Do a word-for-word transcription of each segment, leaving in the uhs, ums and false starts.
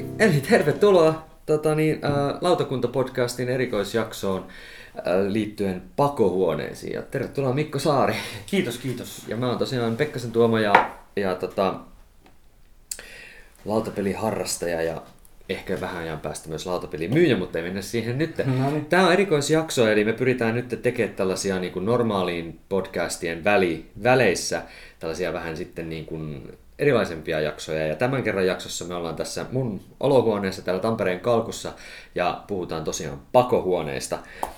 Eli tervetuloa tota niin, äh, Lautakunta-podcastin erikoisjaksoon äh, liittyen pakohuoneisiin. Ja tervetuloa Mikko Saari. Kiitos, kiitos. Ja mä oon tosiaan Pekkasen Tuomo ja, ja tota, lautapeliharrastaja ja ehkä vähän ajan päästä myös lautapelin myyjä, mutta ei mennä siihen nyt. No niin. Tämä on erikoisjakso, eli me pyritään nyt tekemään tällaisia niin kuin normaaliin podcastien väli, väleissä tällaisia vähän sitten niin kuin erilaisempia jaksoja. Ja tämän kerran jaksossa me ollaan tässä mun olohuoneessa täällä Tampereen Kalkussa ja puhutaan tosiaan pakohuoneista.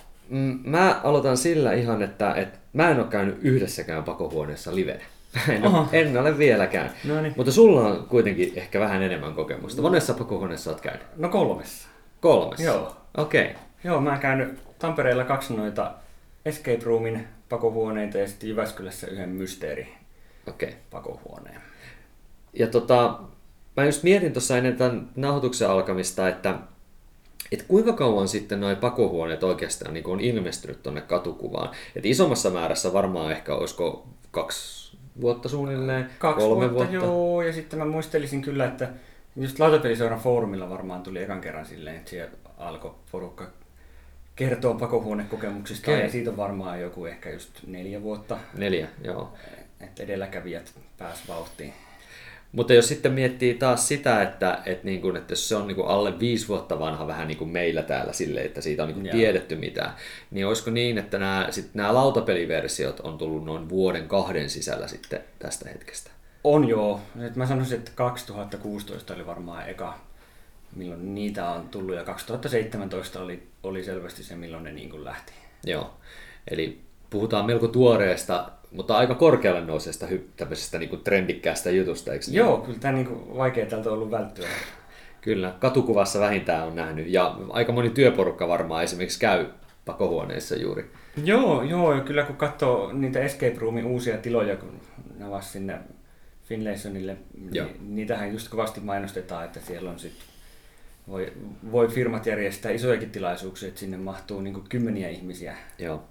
Mä aloitan sillä ihan, että, että mä en ole käynyt yhdessäkään pakohuoneessa livenä. En ole, en ole vieläkään. No niin. Mutta sulla on kuitenkin ehkä vähän enemmän kokemusta. Monessa pakohuoneessa olet käynyt? No kolmessa. Kolmessa? Joo. Okei. Okay. Joo, mä oon käynyt Tampereella kaksi noita Escape Roomin pakohuoneita ja sitten Jyväskylässä yhden mysteeri okay. pakohuoneen. Ja tota, mä just mietin tuossa ennen tämän nauhoituksen alkamista, että, että kuinka kauan sitten nuo pakohuoneet oikeastaan niin on ilmestynyt tuonne katukuvaan. Että isommassa määrässä varmaan ehkä olisiko kaksi vuotta suunnilleen, kaksi kolme vuotta, vuotta. Joo, ja sitten mä muistelisin kyllä, että just Lautapeliseuran foorumilla varmaan tuli ekan kerran silleen, että siellä alkoi porukka kertoa pakohuonekokemuksista, Okay. ja siitä on varmaan joku ehkä just neljä vuotta. Neljä, joo. Että edelläkävijät pääs vauhtiin. Mutta jos sitten miettii taas sitä, että, että, niin kuin, että jos se on niin kuin alle viisi vuotta vanha vähän niin kuin meillä täällä silleen, että siitä on niin kuin tiedetty mitään, niin olisiko niin, että nämä, sit nämä lautapeliversiot on tullut noin vuoden kahden sisällä sitten tästä hetkestä? On joo. Mä sanoisin, että kaksituhattakuusitoista oli varmaan eka, milloin niitä on tullut, ja kaksituhattaseitsemäntoista oli, oli selvästi se, milloin ne niin kuin lähti. Joo, eli puhutaan melko tuoreesta, mutta aika korkealle nouseesta tämmöisestä niin kuin trendikkäästä jutusta, eikö niin? Joo, kyllä tämä niin kuin vaikea tältä on ollut välttyä. Kyllä, katukuvassa vähintään on nähnyt, ja aika moni työporukka varmaan esimerkiksi käy pakohuoneessa juuri. Joo, joo, ja kyllä kun katsoo niitä Escape Roomin uusia tiloja, kun ne avasi sinne Finlaysonille, niin niitähän just kovasti mainostetaan, että siellä on sit, voi, voi firmat järjestää isojakin tilaisuuksia, että sinne mahtuu niin kuin kymmeniä ihmisiä. Joo.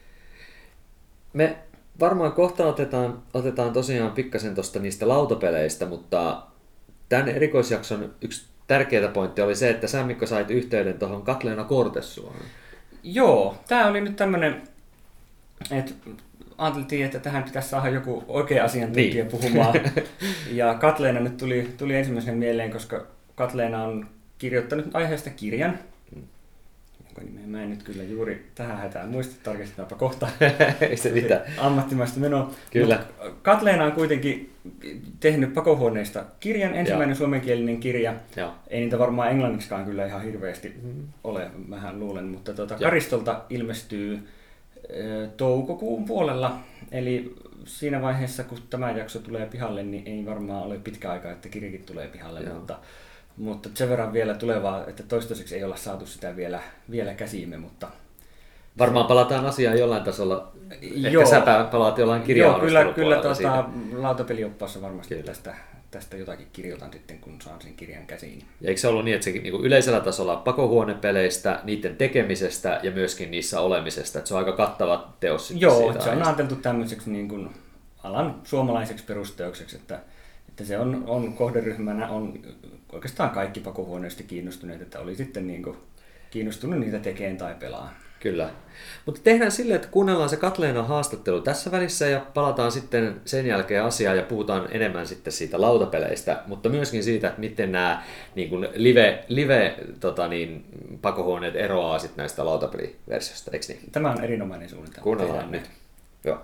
Me varmaan kohta otetaan, otetaan tosiaan pikkasen tuosta niistä lautapeleistä, mutta tämän erikoisjakson yksi tärkeä pointti oli se, että sä Mikko sait yhteyden tuohon Katleena Kortessuohon. Joo, tämä oli nyt tämmöinen, että ajateltiin, että tähän pitäisi saada joku oikea asiantuntija niin puhumaan. Ja Katleena nyt tuli, tuli ensimmäisenä mieleen, koska Katleena on kirjoittanut aiheesta kirjan. Mä en nyt kyllä juuri tähän hätään muista, tarkistetaanpa kohta. Ei se mitään. Ammattimaista menoa. Kyllä. Mut Katleena on kuitenkin tehnyt pakohuoneista kirjan, ensimmäinen Joo. suomenkielinen kirja. Joo. Ei niitä varmaan englanniksikaan kyllä ihan hirveästi mm. ole, mähän luulen, mutta tuota, Karistolta ilmestyy e, toukokuun puolella. Eli siinä vaiheessa, kun tämä jakso tulee pihalle, niin ei varmaan ole pitkä aika, että kirjakin tulee pihalle. Joo. Mutta Mutta sen verran vielä tulevaa, että toistaiseksi ei olla saatu sitä vielä, vielä käsiimme, mutta... Varmaan palataan asiaan jollain tasolla. Ehkä Joo. sä palaat jollain kirja-arvostelun Joo, kyllä, kyllä tuota, lautapelioppaassa varmasti tästä, tästä jotakin kirjoitan sitten, kun saan sen kirjan käsiin. Ja eikö se ollut niin, että se niin yleisellä tasolla pakohuonepeleistä, niiden tekemisestä ja myöskin niissä olemisesta, että se on aika kattava teos? Joo, siitä se on ajateltu tämmöiseksi niin kuin alan suomalaiseksi perusteokseksi, että että se on, on kohderyhmänä on oikeastaan kaikki pakohuoneista kiinnostuneet, että oli sitten niin kuin kiinnostunut niitä tekemään tai pelaa. Kyllä. Mutta tehdään silleen, että kuunnellaan se Katleenan haastattelu tässä välissä ja palataan sitten sen jälkeen asiaan ja puhutaan enemmän sitten siitä lautapeleistä, mutta myöskin siitä, että miten nämä niin kuin live, live tota niin, pakohuoneet eroaa sitten näistä lautapeliversioista, eikö niin? Tämä on erinomainen suunnitelma. Kuunnellaan nyt. Joo.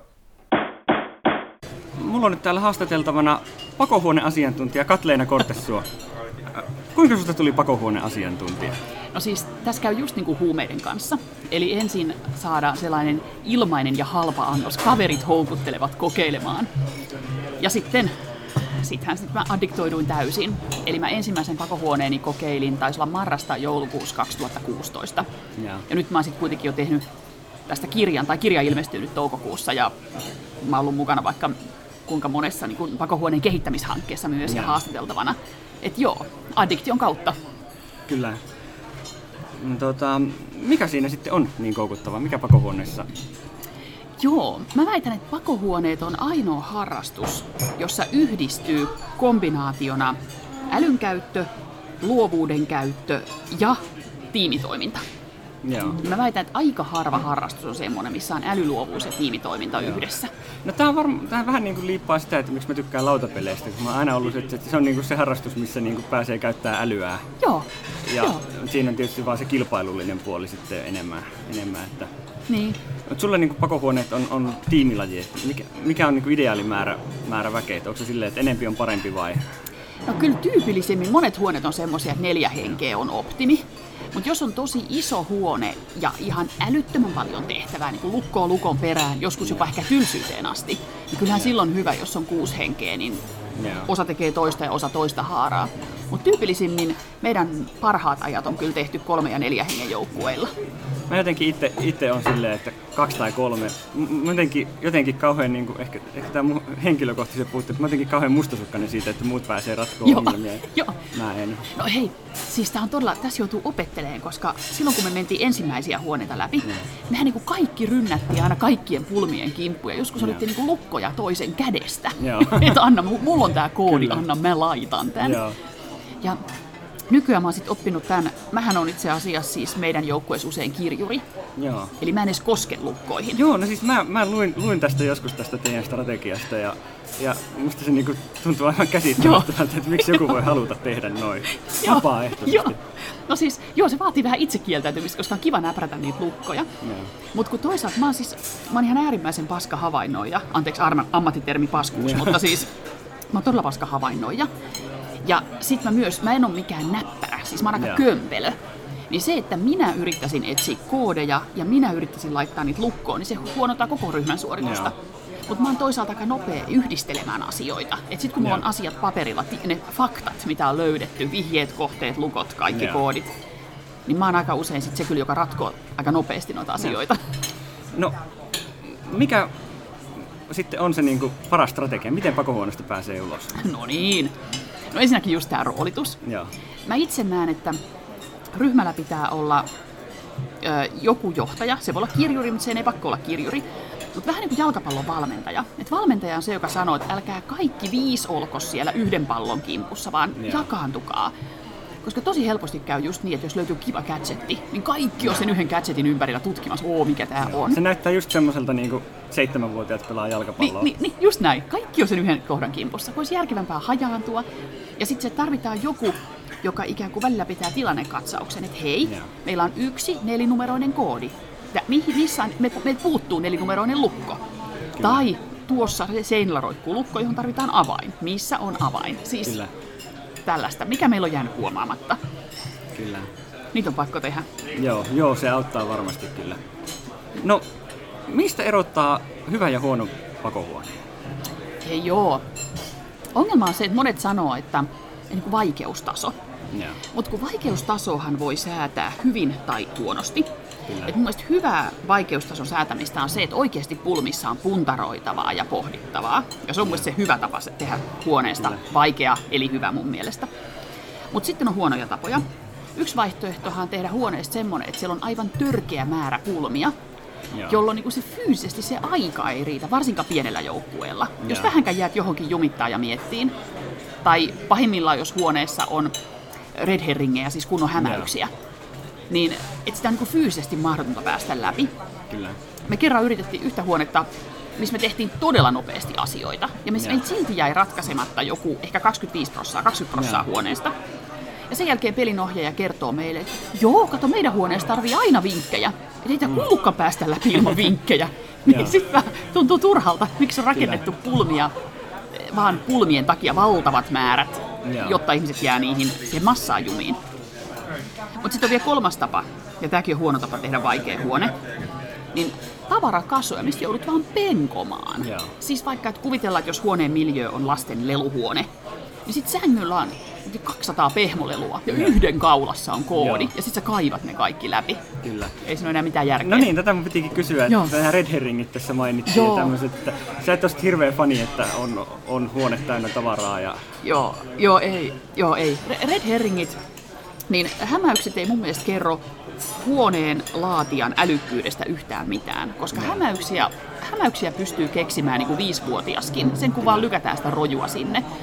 Mulla on nyt täällä haastateltavana pakohuoneasiantuntija Katleena Kortessuo. Kuinka susta tuli pakohuoneasiantuntija? No siis tässä käy just niin kuin huumeiden kanssa. Eli ensin saadaan sellainen ilmainen ja halpa annos, kaverit houkuttelevat kokeilemaan. Ja sitten, sittenhän sit mä addiktoiduin täysin. Eli mä ensimmäisen pakohuoneeni kokeilin, taisi olla marras tai joulukuussa kaksituhattakuusitoista. Ja, ja nyt mä oon sit kuitenkin jo tehnyt tästä kirjan, tai kirja ilmestyy nyt toukokuussa, ja mä oon ollut mukana vaikka kuinka monessa niin kuin pakohuoneen kehittämishankkeessa myös ja, ja haastateltavana. Että joo, addiktion kautta. Kyllä. Tota, mikä siinä sitten on niin koukuttava? Mikä pakohuoneessa? Joo, mä väitän, että pakohuoneet on ainoa harrastus, jossa yhdistyy kombinaationa älynkäyttö, luovuuden käyttö ja tiimitoiminta. Joo. Mä väitän, että aika harva harrastus on semmoinen, missä on älyluovuus ja tiimitoiminta Joo. yhdessä. No tää, on varma, tää vähän niin kuin liippaa sitä, että miksi mä tykkään lautapeleistä. Mä oon aina ollut, että se on niin kuin se harrastus, missä niin kuin pääsee käyttämään älyää. Joo. Ja Joo. siinä on tietysti vaan se kilpailullinen puoli sitten enemmän. enemmän että... Niin. Mutta sulla niin kuin pakohuoneet on, on tiimilaji. Mikä, mikä on niin kuin ideaali määrä, määrä väkeä? Onko se silleen, että enempi on parempi vai? No kyllä tyypillisemmin monet huoneet on semmoisia, että neljä henkeä on optimi. Mutta jos on tosi iso huone ja ihan älyttömän paljon tehtävää, niin kuin lukkoon lukon perään, joskus jopa ehkä tylsyyteen asti, niin kyllähän silloin hyvä, jos on kuusi henkeä, niin osa tekee toista ja osa toista haaraa. Mutta tyypillisimmin meidän parhaat ajat on kyllä tehty kolme ja neljä hengen joukkueilla. Mä jotenkin itse, itse on silleen, että kaksi tai kolme. Mä jotenkin, jotenkin kauhean, niin kuin, ehkä, ehkä tämä mun henkilökohtaisen puutteet, mä jotenkin kauhean mustasukkainen siitä, että muut pääsee ratkoon ongelmia. Joo. Mä en. No hei, siis tää on todella, tässä joutuu opettelemaan, koska silloin kun me mentiin ensimmäisiä huoneita läpi, mm. mehän niin kuin kaikki rynnättiin aina kaikkien pulmien kimppuja. Joskus olitte niin kuin lukkoja toisen kädestä. Että anna, mulla on tää koodi, Kyllä. anna mä laitan tän. Joo. Ja nykyään mä oon sit oppinut tämän, mähän on itse asiassa siis meidän joukkueessa usein kirjuri. Joo. Eli mä en edes koske lukkoihin. Joo, no siis mä, mä luin, luin tästä joskus tästä teidän strategiasta ja, ja musta se niinku tuntuu aivan käsittämättömältä, että miksi joku voi haluta tehdä noin vapaaehtoisesti. Joo. No siis, joo, se vaatii vähän itsekieltäytymistä, koska on kiva näprätä niitä lukkoja. Mutta kun toisaalta mä oon siis, mä oon ihan äärimmäisen paska havainnoija, anteeksi ammattitermi paskuus, mutta siis mä oon todella paska havainnoija. Ja sit mä myös, mä en oo mikään näppärä, siis mä oon aika kömpelö. Niin se, että minä yrittäisin etsiä koodeja ja minä yrittäisin laittaa niitä lukkoon, niin se huonottaa koko ryhmän suoritusta. Mutta mä oon toisaalta aika nopea yhdistelemään asioita. Et sit kun mulla on asiat paperilla, ne faktat, mitä on löydetty, vihjeet, kohteet, lukot, kaikki ja. koodit, niin mä oon aika usein sit se kyllä, joka ratkoo aika nopeasti noita asioita. No, mikä sitten on se niinku paras strategia? Miten pakohuoneesta pääsee ulos? No niin. No ensinnäkin just tää roolitus. Joo. Mä itse näen, että ryhmällä pitää olla ö, joku johtaja. Se voi olla kirjuri, mutta se ei pakko olla kirjuri. Mutta vähän niin kuin jalkapallon valmentaja. Et valmentaja on se, joka sanoo, että älkää kaikki viisi olko siellä yhden pallon kimpussa, vaan Joo. jakaantukaa. Koska tosi helposti käy just niin, että jos löytyy kiva gadgetti, niin kaikki on sen yhden gadgetin ympärillä tutkimassa, oo mikä tää on. Se näyttää just semmoiselta niinku seitsemänvuotiaat pelaa jalkapalloa. Ni, ni, just näin. Kaikki on sen yhden kohdan kimpussa. Voisi järkevämpää hajaantua. Ja sitten se tarvitaan joku, joka ikään kuin välillä pitää tilannekatsauksen, että hei, yeah. meillä on yksi nelinumeroinen koodi. Ja missä on, me, meiltä puuttuu nelinumeroinen lukko. Kyllä. Tai tuossa seinällä roikkuu lukko, johon tarvitaan avain. Missä on avain? Siis Kyllä. tällaista. Mikä meillä on jäänyt huomaamatta? Kyllä. Niitä on pakko tehdä. Joo, joo, se auttaa varmasti kyllä. No, mistä erottaa hyvä ja huono pakohuone? Hei joo. Ongelma on se, että monet sanoo, että niin kuin vaikeustaso. Mutta kun vaikeustasohan voi säätää hyvin tai huonosti. Et mun mielestä hyvää vaikeustason säätämistä on se, että oikeasti pulmissa on puntaroitavaa ja pohdittavaa. Ja se on mun mielestä se hyvä tapa tehdä huoneesta Kyllä. vaikea, eli hyvä mun mielestä. Mutta sitten on huonoja tapoja. Yksi vaihtoehtohan on tehdä huoneesta semmoinen, että siellä on aivan törkeä määrä pulmia, Joo. jolloin niin se fyysisesti se aika ei riitä, varsinkaan pienellä joukkueella. Joo. Jos vähänkään jäät johonkin jumittaa ja miettiin, tai pahimmillaan jos huoneessa on red herringejä, siis kunnon hämäyksiä, Joo. niin että sitä on niin fyysisesti mahdotonta päästä läpi. Kyllä. Me kerran yritettiin yhtä huonetta, missä me tehtiin todella nopeasti asioita, ja meillä silti jäi ratkaisematta joku ehkä kaksikymmentäviisi prosenttia, kaksikymmentä prosenttia huoneesta. Ja sen jälkeen pelinohjaaja kertoo meille, että joo, kato, meidän huoneessa tarvii aina vinkkejä. Että ei tämä kuulukaan päästä läpi ilman vinkkejä. Niin sitten tuntuu turhalta, miksi on rakennettu pulmia, vaan pulmien takia valtavat määrät, Joo. jotta ihmiset jää niihin siihen massaan jumiin. Mutta sitten on vielä kolmas tapa, ja tämäkin on huono tapa tehdä vaikea huone, niin tavarakassoja, mistä joudut vaan penkomaan. Joo. Siis vaikka, että kuvitellaan, että jos huoneen miljö on lasten leluhuone, niin sitten sängyllä on kaksisataa pehmolelua ja yhden kaulassa on koodi, Joo. ja sit sä kaivat ne kaikki läpi. Kyllä. Ei siinä ole enää mitään järkeä. No niin, tätä mun pitikin kysyä, että nämä red herringit tässä mainittiin ja tämmöiset, että sä et ole hirveä fani, että on, on huone täynnä tavaraa ja... Joo, joo ei, joo ei. Red herringit, niin hämäykset ei mun mielestä kerro huoneen laatijan älykkyydestä yhtään mitään, koska hämäyksiä, hämäyksiä pystyy keksimään niin kuin viisivuotiaskin, sen kun vaan lykätään sitä rojua sinne. Ja.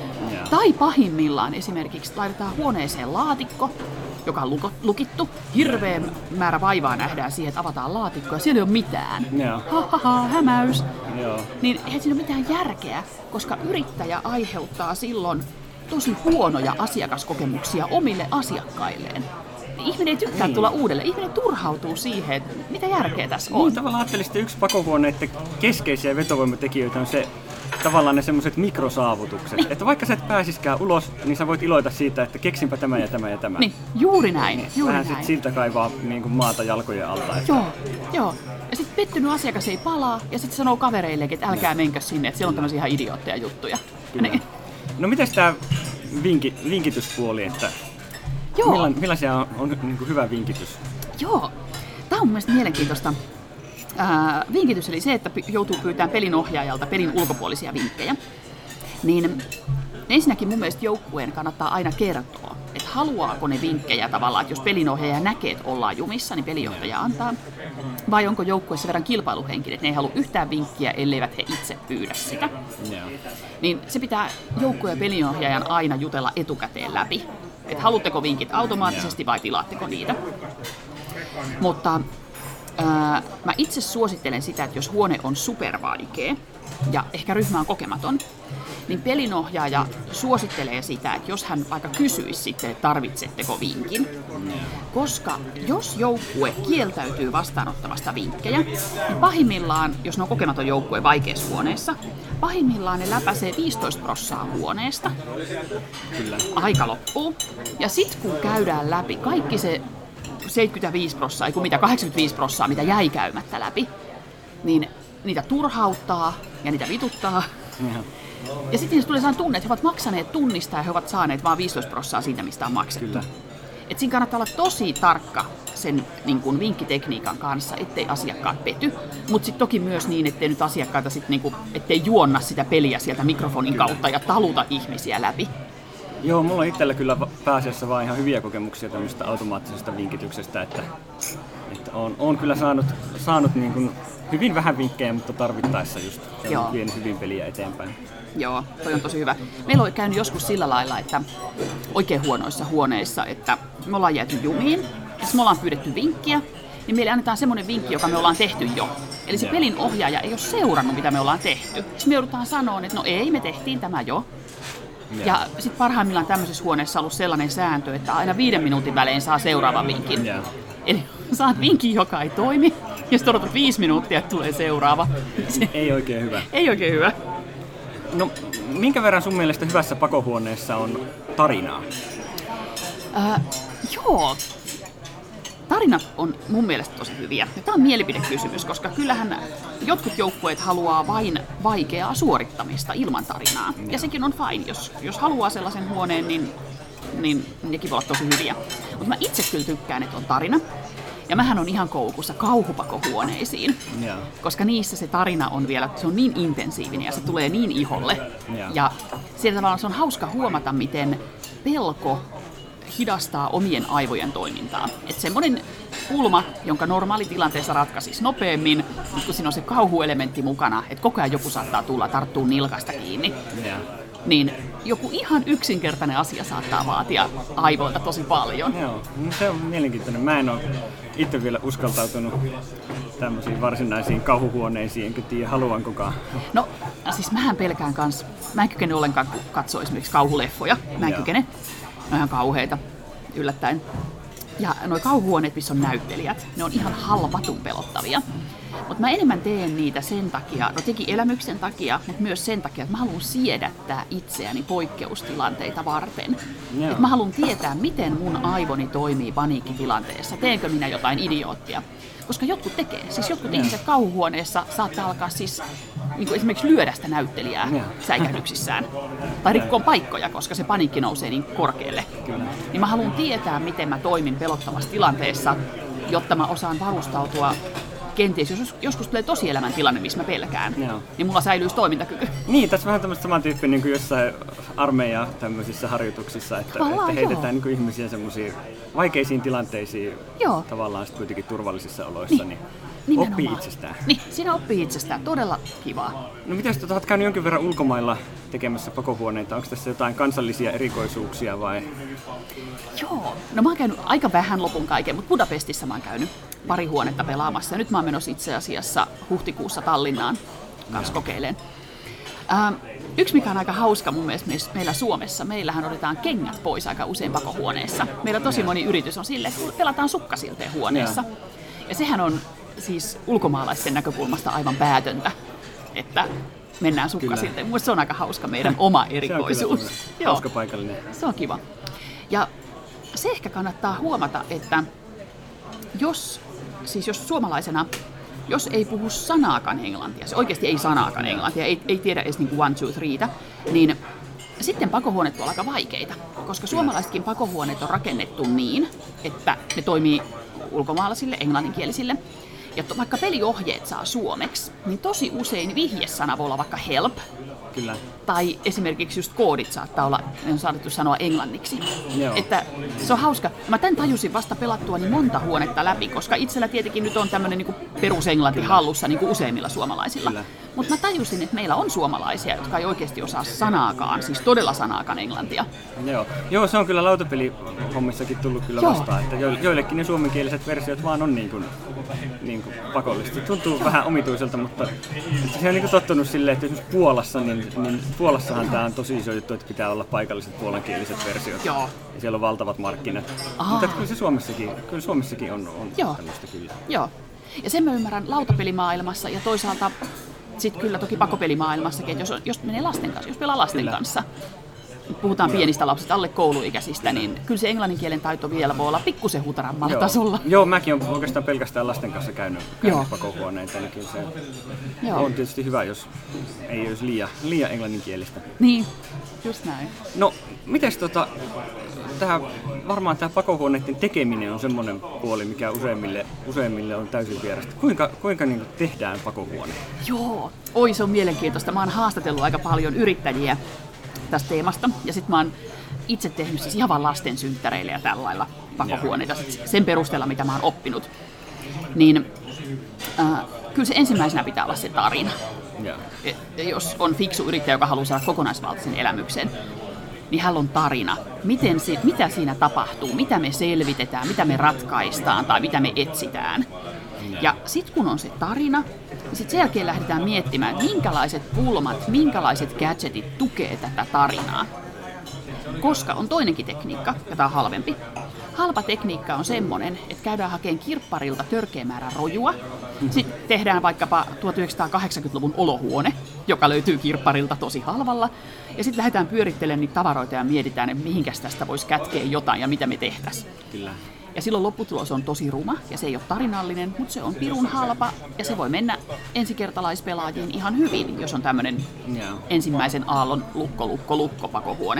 Tai pahimmillaan esimerkiksi laitetaan huoneeseen laatikko, joka on lukittu. Hirveä määrä vaivaa nähdään siihen, että avataan laatikko ja siellä ei ole mitään. Ha ha ha, hämäys. Joo. Niin ei siinä ole mitään järkeä, koska yrittäjä aiheuttaa silloin tosi huonoja asiakaskokemuksia omille asiakkailleen. Ihminen ei tykkää niin. tulla uudelle. Ihminen turhautuu siihen, että mitä järkeä tässä on. Niin, tavallaan ajattelisin, yksi pakohuoneiden keskeisiä vetovoimatekijöitä on se, tavallaan ne semmoiset mikrosaavutukset. Niin. Että vaikka sä et pääsiskään ulos, niin sä voit iloita siitä, että keksinpä tämä ja tämä ja tämä. Niin, juuri näin. Niin, juuri vähän näin. Sit siltä kaivaa niin kuin maata jalkojen alta. Että... Joo, joo. Ja sitten pettynyt asiakas ei palaa ja sitten sanoo kavereillekin, että älkää menkö sinne, että siellä on tämmöisiä ihan idiootteja juttuja. Niin. No mites tää vinki, vinkityspuoli, että Joo. millaisia on, on niin kuin hyvä vinkitys? Joo, tää on mun mielestä mielenkiintoista. Ää, vinkitys eli se, että joutuu pyytämään pelinohjaajalta pelin ulkopuolisia vinkkejä. Niin ensinnäkin mun mielestä joukkueen kannattaa aina kertoa, että haluaako ne vinkkejä tavallaan, että jos pelinohjaaja näkee, että ollaan jumissa, niin pelinjohtaja antaa. Vai onko joukkueessa verran kilpailuhenkinen, että ne ei halua yhtään vinkkiä, elleivät he itse pyydä sitä. Yeah. Niin se pitää joukkueen ja pelinohjaajan aina jutella etukäteen läpi. Että haluatteko vinkit automaattisesti vai tilaatteko niitä. Mutta ää, mä itse suosittelen sitä, että jos huone on supervaikea ja ehkä ryhmä on kokematon, niin pelinohjaaja suosittelee sitä, että jos hän vaikka kysyisi sitten, että tarvitsetteko vinkin. Koska jos joukkue kieltäytyy vastaanottamasta vinkkejä, niin pahimmillaan, jos ne on kokematon joukkue vaikeassa huoneessa, pahimmillaan ne läpäisee viisitoista prosenttia huoneesta. Kyllä. Aika loppuu. Ja sitten kun käydään läpi kaikki se seitsemänkymmentäviisi prosenttia, ei kun mitä kahdeksankymmentäviisi prosenttia, mitä jäi käymättä läpi, niin niitä turhauttaa ja niitä vituttaa. Ja, ja sitten niistä tulee sellainen tunne, että he ovat maksaneet tunnista ja he ovat saaneet vain viisitoista prosenttia siitä, mistä on maksettu. Kyllä. Et siinä kannattaa olla tosi tarkka sen niin kun vinkkitekniikan kanssa, ettei asiakkaat pety. Mutta sitten toki myös niin, ettei nyt asiakkaita sit, niin kun, ettei juonna sitä peliä sieltä mikrofonin kyllä. kautta ja taluta ihmisiä läpi. Joo, mulla on itsellä kyllä pääasiassa vaan ihan hyviä kokemuksia tämmöistä automaattisesta vinkityksestä, että, että on, on kyllä saanut, saanut niin kuin hyvin vähän vinkkejä, mutta tarvittaessa just vienyt hyvin peliä eteenpäin. Joo, toi on tosi hyvä. Meillä on käynyt joskus sillä lailla, että oikein huonoissa huoneissa, että me ollaan jääty jumiin, ja me ollaan pyydetty vinkkiä, niin meille annetaan semmoinen vinkki, joka me ollaan tehty jo. Eli se pelin ohjaaja ei ole seurannut, mitä me ollaan tehty. Sitten me joudutaan sanoa, että no ei, me tehtiin tämä jo. Ja, ja sitten parhaimmillaan tämmöisessä huoneessa on ollut sellainen sääntö, että aina viiden minuutin välein saa seuraavan vinkin. Yeah. Eli saat vinkin, joka ei toimi, ja sitten odotat viisi minuuttia, että tulee seuraava. Se ei oikein hyvä. Ei oikein hyvä. No, minkä verran sun mielestä hyvässä pakohuoneessa on tarinaa? Äh, joo. Tarinat on mun mielestä tosi hyviä. Ja tämä on mielipidekysymys, koska kyllähän jotkut joukkueet haluaa vain vaikeaa suorittamista ilman tarinaa. Ja, ja sekin on fine. Jos, jos haluaa sellaisen huoneen, niin, niin nekin voi olla tosi hyviä. Mutta mä itse kyllä tykkään, että on tarina. Ja mähän on ihan koukussa kauhupakohuoneisiin, yeah. koska niissä se tarina on vielä, se on niin intensiivinen ja se tulee niin iholle. Yeah. Ja siellä tavallaan se on hauska huomata, miten pelko hidastaa omien aivojen toimintaa. Että semmoinen pulma, jonka normaalitilanteessa ratkaisisi nopeammin, mutta kun siinä on se kauhuelementti mukana, että koko ajan joku saattaa tulla tarttuu nilkasta kiinni, yeah. niin joku ihan yksinkertainen asia saattaa vaatia aivoilta tosi paljon. Joo, se on mielenkiintoinen. Mä en ole itse vielä uskaltautunut tämmöisiin varsinaisiin kauhuhuoneisiin, enkä tiedä haluankokaan. No siis mähän pelkään kans, mä en kykene ollenkaan katsoa esimerkiksi kauhuleffoja, mä en Joo. kykene. Ne on ihan kauheita, yllättäen. Ja nuo kauhuhuoneet, missä on näyttelijät, ne on ihan halvatun pelottavia. Mutta mä enemmän teen niitä sen takia, no teki elämyksen takia, mutta myös sen takia, että mä haluan siedättää itseäni poikkeustilanteita varten. Että mä haluan tietää, miten mun aivoni toimii paniikkitilanteessa. Teenkö minä jotain idioottia? Koska jotkut tekee. Siis jotkut yeah. ihmiset kauhuhuoneessa saattaa alkaa siis niin kuin esimerkiksi lyödä sitä näyttelijää yeah. säikähdyksissään. Tai rikkoon paikkoja, koska se paniikki nousee niin korkealle. Kyllä. Niin mä haluan tietää, miten mä toimin pelottavassa tilanteessa, jotta mä osaan varustautua. Kenties, jos joskus tulee tosielämän tilanne, missä mä pelkään, Joo. niin mulla säilyisi toimintakyky. Niin, tässä on vähän tämmöistä samantyyppinen niin kuin jossain armeijan tämmöisissä harjoituksissa, että, että heitetään niin kuin ihmisiä semmoisiin vaikeisiin tilanteisiin Joo. tavallaan sitten kuitenkin turvallisissa oloissa. Niin. Niin. Nimenomaan. Oppii itsestään. Niin, siinä oppii itsestään. Todella kivaa. No mitäs, tuota, olet käynyt jonkin verran ulkomailla tekemässä pakohuoneita. Onko tässä jotain kansallisia erikoisuuksia vai? Joo, no mä oon käynyt aika vähän lopun kaiken, mutta Budapestissa mä oon käynyt pari huonetta pelaamassa. Ja nyt mä oon menossa itse asiassa huhtikuussa Tallinnaan kanssa kokeilemaan. Ähm, yksi mikä on aika hauska mun mielestä meillä Suomessa, meillähän otetaan kengät pois aika usein pakohuoneessa. Meillä tosi moni yritys on silleen, että pelataan sukkasilteen huoneessa. Ja sehän on siis ulkomaalaisten näkökulmasta aivan päätöntä, että mennään sukkasilteen. Mielestäni se on aika hauska meidän oma erikoisuus. Se on kyllä hauska paikallinen. Se on kiva. Ja se ehkä kannattaa huomata, että jos, siis jos suomalaisena, jos ei puhu sanaakaan englantia, se oikeasti ei sanaakaan englantia, ei, ei tiedä edes niin kuin one, two, threetä, niin sitten pakohuoneet ovat aika vaikeita, koska suomalaisetkin pakohuoneet on rakennettu niin, että ne toimii ulkomaalaisille, englanninkielisille. Ja to, vaikka peliohjeet saa suomeksi, niin tosi usein vihjesana voi olla vaikka help. Kyllä. Tai esimerkiksi just koodit saattaa olla, ne on saatettu sanoa englanniksi. Joo. Että se on hauska. Mä tän tajusin vasta pelattua niin monta huonetta läpi, koska itsellä tietenkin nyt on tämmöinen niin perusenglanti hallussa niin kuin useimmilla suomalaisilla. Mutta mä tajusin, että meillä on suomalaisia, jotka ei oikeasti osaa sanaakaan, siis todella sanaakaan englantia. Joo, Joo se on kyllä lautapelihommissakin tullut kyllä Joo. vastaan, että jo, joillekin ne suomenkieliset versiot vaan on niin kuin, niin kuin pakollista. Tuntuu vähän omituiselta, mutta se on niin kuin tottunut silleen, että esimerkiksi Puolassa, niin, niin Puolassahan tämä on tosi iso juttu, että pitää olla paikalliset puolankieliset versiot. Joo. Ja siellä on valtavat markkinat. Aa. Mutta kyllä se Suomessakin, kyllä Suomessakin on, on Joo. tämmöistä kyllä. Joo. Ja sen mä ymmärrän lautapelimaailmassa ja toisaalta sitten kyllä toki pakopelimaailmassakin, että jos, on, jos menee lasten kanssa, jos pelaa lasten kyllä. kanssa, puhutaan Joo. pienistä lapsista, alle kouluikäisistä, niin kyllä se englannin kielen taito vielä voi olla pikkusen hutarammalla Joo. tasolla. Joo, mäkin olen oikeastaan pelkästään lasten kanssa käynyt, käynyt pakohuoneita, eli kyllä se Joo. on tietysti hyvä, jos ei olisi liian, liian englanninkielistä. Niin, just näin. No, mites tota, tähän, varmaan tämä pakohuoneiden tekeminen on semmoinen puoli, mikä useimmille, useimmille on täysin vierasta. Kuinka, kuinka niin kuin tehdään pakohuone? Joo, oi se on mielenkiintoista. Mä oon haastatellut aika paljon yrittäjiä tästä teemasta. Ja sit mä oon itse tehnyt siis ihan vaan lasten synttäreille ja tällä lailla pakohuoneita sen perusteella, mitä mä oon oppinut. Niin äh, kyllä se ensimmäisenä pitää olla se tarina. Yeah. Ja jos on fiksu yrittäjä, joka haluaa saada kokonaisvaltaisen elämyksen, niin hänellä on tarina. Miten se, mitä siinä tapahtuu, mitä me selvitetään, mitä me ratkaistaan tai mitä me etsitään. Ja sitten kun on se tarina, niin sit sen jälkeen lähdetään miettimään, että minkälaiset pulmat, minkälaiset gadgetit tukee tätä tarinaa. Koska on toinenkin tekniikka, ja tämä on halvempi. Halpa tekniikka on semmoinen, että käydään hakemaan kirpparilta törkeä määrä rojua. Sitten tehdään vaikkapa tuhatyhdeksänsataakahdeksankymmentäluvun olohuone, joka löytyy kirpparilta tosi halvalla. Ja sitten lähdetään pyörittelemään niitä tavaroita ja mietitään, että mihinkäs tästä voisi kätkeä jotain ja mitä me tehtäisiin. Kyllä. Ja silloin lopputulos on tosi ruma ja se ei ole tarinallinen, mutta se on pirun halpa ja se voi mennä ensikertalaispelaajiin ihan hyvin, jos on tämmöinen yeah. ensimmäisen aallon lukko, lukko, lukko pakohuone.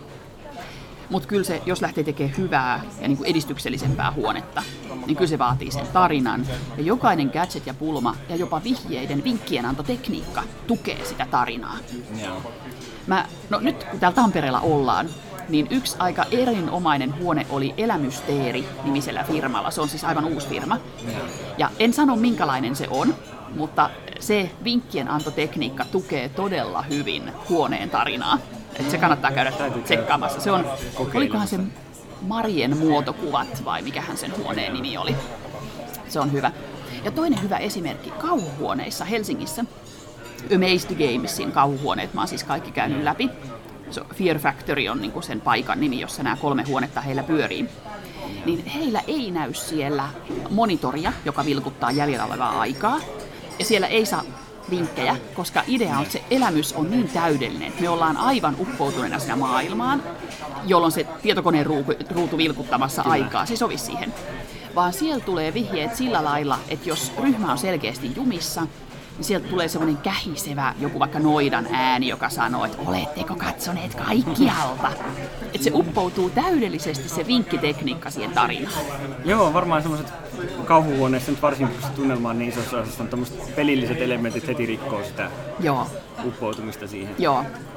Mutta kyllä se, jos lähtee tekemään hyvää ja niin kuin edistyksellisempää huonetta, niin kyllä se vaatii sen tarinan. Ja jokainen gadget ja pulma ja jopa vihjeiden, vinkkienantotekniikka tukee sitä tarinaa. Yeah. Mä, no nyt kun täällä Tampereella ollaan, niin yksi aika erinomainen huone oli Elämysteeri-nimisellä firmalla. Se on siis aivan uusi firma. Ja en sano minkälainen se on, mutta se vinkkienantotekniikka tukee todella hyvin huoneen tarinaa. Et se kannattaa käydä tsekkaamassa. Se on, olikohan se Marien muotokuvat vai mikähän sen huoneen nimi oli. Se on hyvä. Ja toinen hyvä esimerkki kauhuhuoneissa Helsingissä. Amazed Gamesin kauhuhuoneet, mä oon siis kaikki käynyt läpi. Fear Factory on niin kuin sen paikan nimi, jossa nämä kolme huonetta heillä pyörii. Niin heillä ei näy siellä monitoria, joka vilkuttaa jäljellä olevaa aikaa. Ja siellä ei saa vinkkejä, koska idea on, että se elämys on niin täydellinen, että me ollaan aivan uppoutuneena siinä maailmaan, jolloin se tietokoneen ruutu, ruutu vilkuttamassa Kyllä. aikaa, se sovi siihen. Vaan siellä tulee vihjeet sillä lailla, että jos ryhmä on selkeästi jumissa, niin sieltä tulee semmoinen kähisevä, joku vaikka noidan ääni, joka sanoo, että oletteko katsoneet kaikkialta. Että se uppoutuu täydellisesti se vinkkitekniikka siihen tarinaan. Joo, varmaan semmoiset kauhuhuoneissa nyt varsinkin, kun se tunnelma on niin isossa osassa, on tämmöiset pelilliset elementit heti rikkoo sitä Joo. uppoutumista siihen. Joo.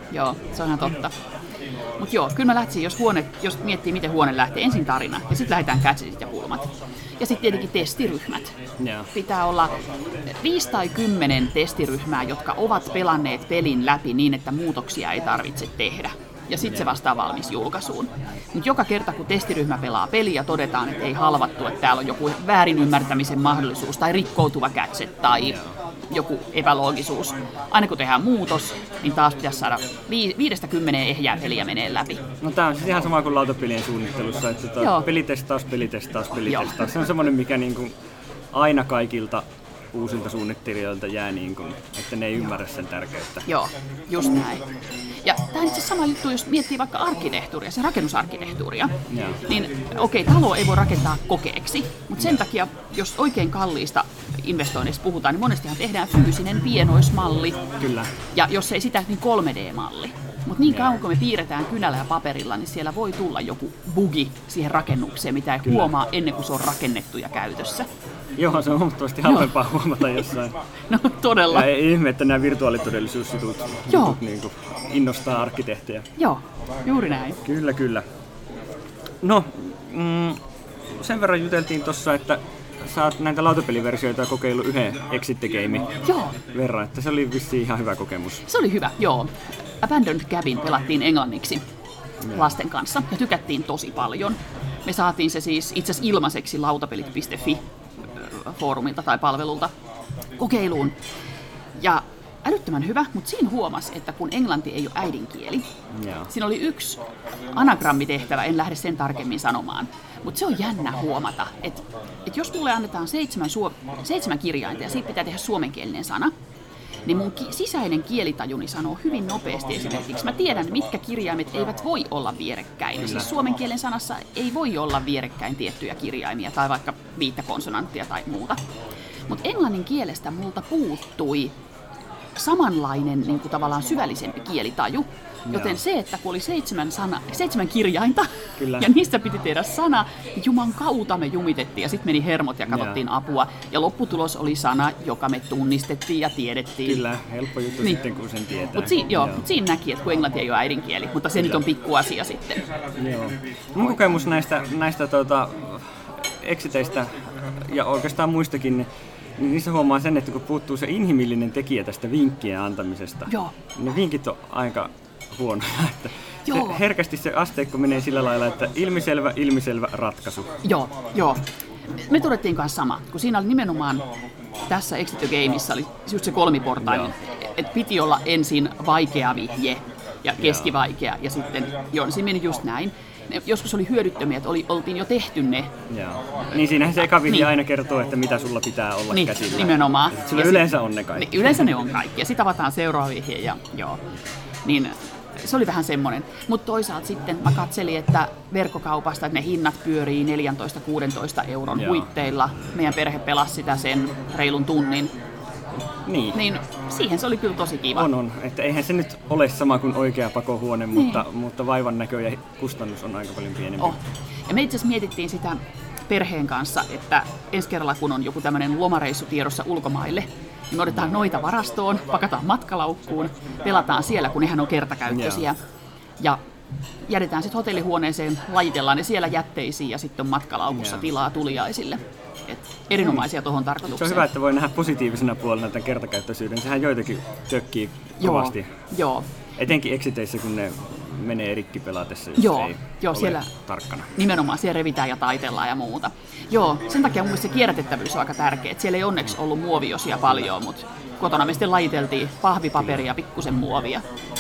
Joo, se on ihan totta. Mutta joo, kyllä mä lähtisin, jos, huone, jos miettii, miten huone lähtee, ensin tarina, ja sitten lähdetään gadgetit ja pulmat. Ja sitten tietenkin testiryhmät. Yeah. Pitää olla viisi tai kymmenen testiryhmää, jotka ovat pelanneet pelin läpi niin, että muutoksia ei tarvitse tehdä. Ja sitten se vastaa valmis julkaisuun. Mutta joka kerta, kun testiryhmä pelaa peliä, todetaan, että ei halvattu, että täällä on joku väärin ymmärtämisen mahdollisuus, tai rikkoutuva gadget, tai joku epäloogisuus. Aina kun tehdään muutos, niin taas pitäisi saada viidestä kymmeneen ehjää peliä menee läpi. No tää on siis ihan sama kuin lautapelien suunnittelussa, että tota pelitestaus, pelitestaus, pelitestaus. Joo. Se on semmoinen, mikä niinku aina kaikilta uusilta suunnittelijoilta jää, niin kuin, että ne ei ymmärrä sen tärkeyttä. Joo, just näin. Ja tämä on itse sama juttu, jos miettii vaikka arkkitehtuuria, se rakennusarkkitehtuuria, ja. niin okei, okay, talo ei voi rakentaa kokeeksi, mutta sen takia, jos oikein kalliista investoinneista puhutaan, niin monestihan tehdään fyysinen pienoismalli, Kyllä. ja jos ei sitä, niin kolme D-malli. Mutta niin kauan kun me piirretään kynällä ja paperilla, niin siellä voi tulla joku bugi siihen rakennukseen, mitä ei Kyllä. huomaa ennen kuin se on rakennettu ja käytössä. Joo, se on huomattavasti halvempaa huomata jossain. No todella. Ja ei ihme, että nämä virtuaalitodellisuusjutut niin kuin innostaa arkkitehtejä. Joo, juuri näin. Kyllä, kyllä. No, mm, sen verran juteltiin tuossa, että sä oot näitä lautapeliversioita kokeillut yhden Exit-game verran, että se oli vissiin ihan hyvä kokemus. Se oli hyvä, joo. Abandoned Cabin pelattiin englanniksi ja. lasten kanssa ja tykättiin tosi paljon. Me saatiin se siis itse asiassa ilmaiseksi lautapelit piste fi foorumilta tai palvelulta kokeiluun. Ja älyttömän hyvä, mutta siinä huomasi, että kun englanti ei ole äidinkieli, yeah. siinä oli yksi anagrammitehtävä, en lähde sen tarkemmin sanomaan, mutta se on jännä huomata, että, että jos mulle annetaan seitsemän, suo, seitsemän kirjainta ja siitä pitää tehdä suomenkielinen sana, niin mun ki- sisäinen kielitajuni sanoo hyvin nopeasti esimerkiksi. Mä tiedän, mitkä kirjaimet eivät voi olla vierekkäin. Kyllä. Siis suomen kielen sanassa ei voi olla vierekkäin tiettyjä kirjaimia tai vaikka viittä konsonanttia tai muuta. Mutta englannin kielestä multa puuttui samanlainen niin kuin tavallaan syvällisempi kielitaju. Joten se, että kun oli seitsemän, sana, seitsemän kirjainta Kyllä. ja niistä piti tehdä sana, niin juman kautta me jumitettiin ja sitten meni hermot ja katsottiin ja. apua. Ja lopputulos oli sana, joka me tunnistettiin ja tiedettiin. Kyllä, helppo juttu niin. sitten kun sen tietää. Mutta si- joo, mut siinä näki, että kun englanti ei ole äidinkieli, mutta se Kyllä. nyt on pikku asia sitten. Joo. Mun kokemus näistä, näistä tuota, exiteistä ja oikeastaan muistakin, niin niissä huomaa sen, että kun puuttuu se inhimillinen tekijä tästä vinkkien antamisesta, Joo. niin ne vinkit on aika huonoja. Että se herkästi se asteikko menee sillä lailla, että ilmiselvä, ilmiselvä ratkaisu. Joo, joo. Me todettiin kanssa sama, kun siinä oli nimenomaan tässä Exit the Gameissa oli just se kolmiportainen, että piti olla ensin vaikea vihje ja keskivaikea ja sitten, joo, siinä meni just näin. Ne joskus oli hyödyttömiä, että oli, oltiin jo tehty ne. Joo. Niin siinähän se eka vihje niin. aina kertoo, että mitä sulla pitää olla niin, käsillä. Nimenomaan. Sulla ja yleensä on ne kaikki. Niin, yleensä ne on kaikki ja sitten avataan seuraava vihje ja joo. Niin se oli vähän semmoinen. Mutta toisaalta sitten mä katselin, että verkkokaupasta että ne hinnat pyörii neljätoista kuusitoista euron Joo. huitteilla. Meidän perhe pelasi sitä sen reilun tunnin. Niin. niin siihen se oli kyllä tosi kiva. On, on. Että eihän se nyt ole sama kuin oikea pakohuone, niin. mutta, mutta vaivan näkö ja kustannus on aika paljon pienempi. Oh. Ja me itse asiassa mietittiin sitä perheen kanssa, että ensi kerralla kun on joku tämmöinen lomareissu tiedossa ulkomaille, niin me otetaan noita varastoon, pakataan matkalaukkuun, pelataan siellä, kun nehän on kertakäyttöisiä. Yeah. Ja jätetään sitten hotellihuoneeseen, lajitellaan ne siellä jätteisiin ja sitten on matkalaukussa yeah. tilaa tuliaisille. Et erinomaisia mm. tuohon tarkoitukseen. Se on hyvä, että voi nähdä positiivisena puolena tämän kertakäyttöisyyden. Sehän joitakin tökkii kovasti. Joo. Etenkin exiteissä, kun ne menee rikki pelatessa, jos joo, ei joo, ole siellä, tarkkana. Nimenomaan siellä revitään ja taitellaan ja muuta. Joo, sen takia mun mielestä se kierrätettävyys on aika tärkeä. Siellä ei onneksi ollut muoviosia paljon, mutta kotona me sitten lajiteltiin pahvipaperia ja pikkusen muovia.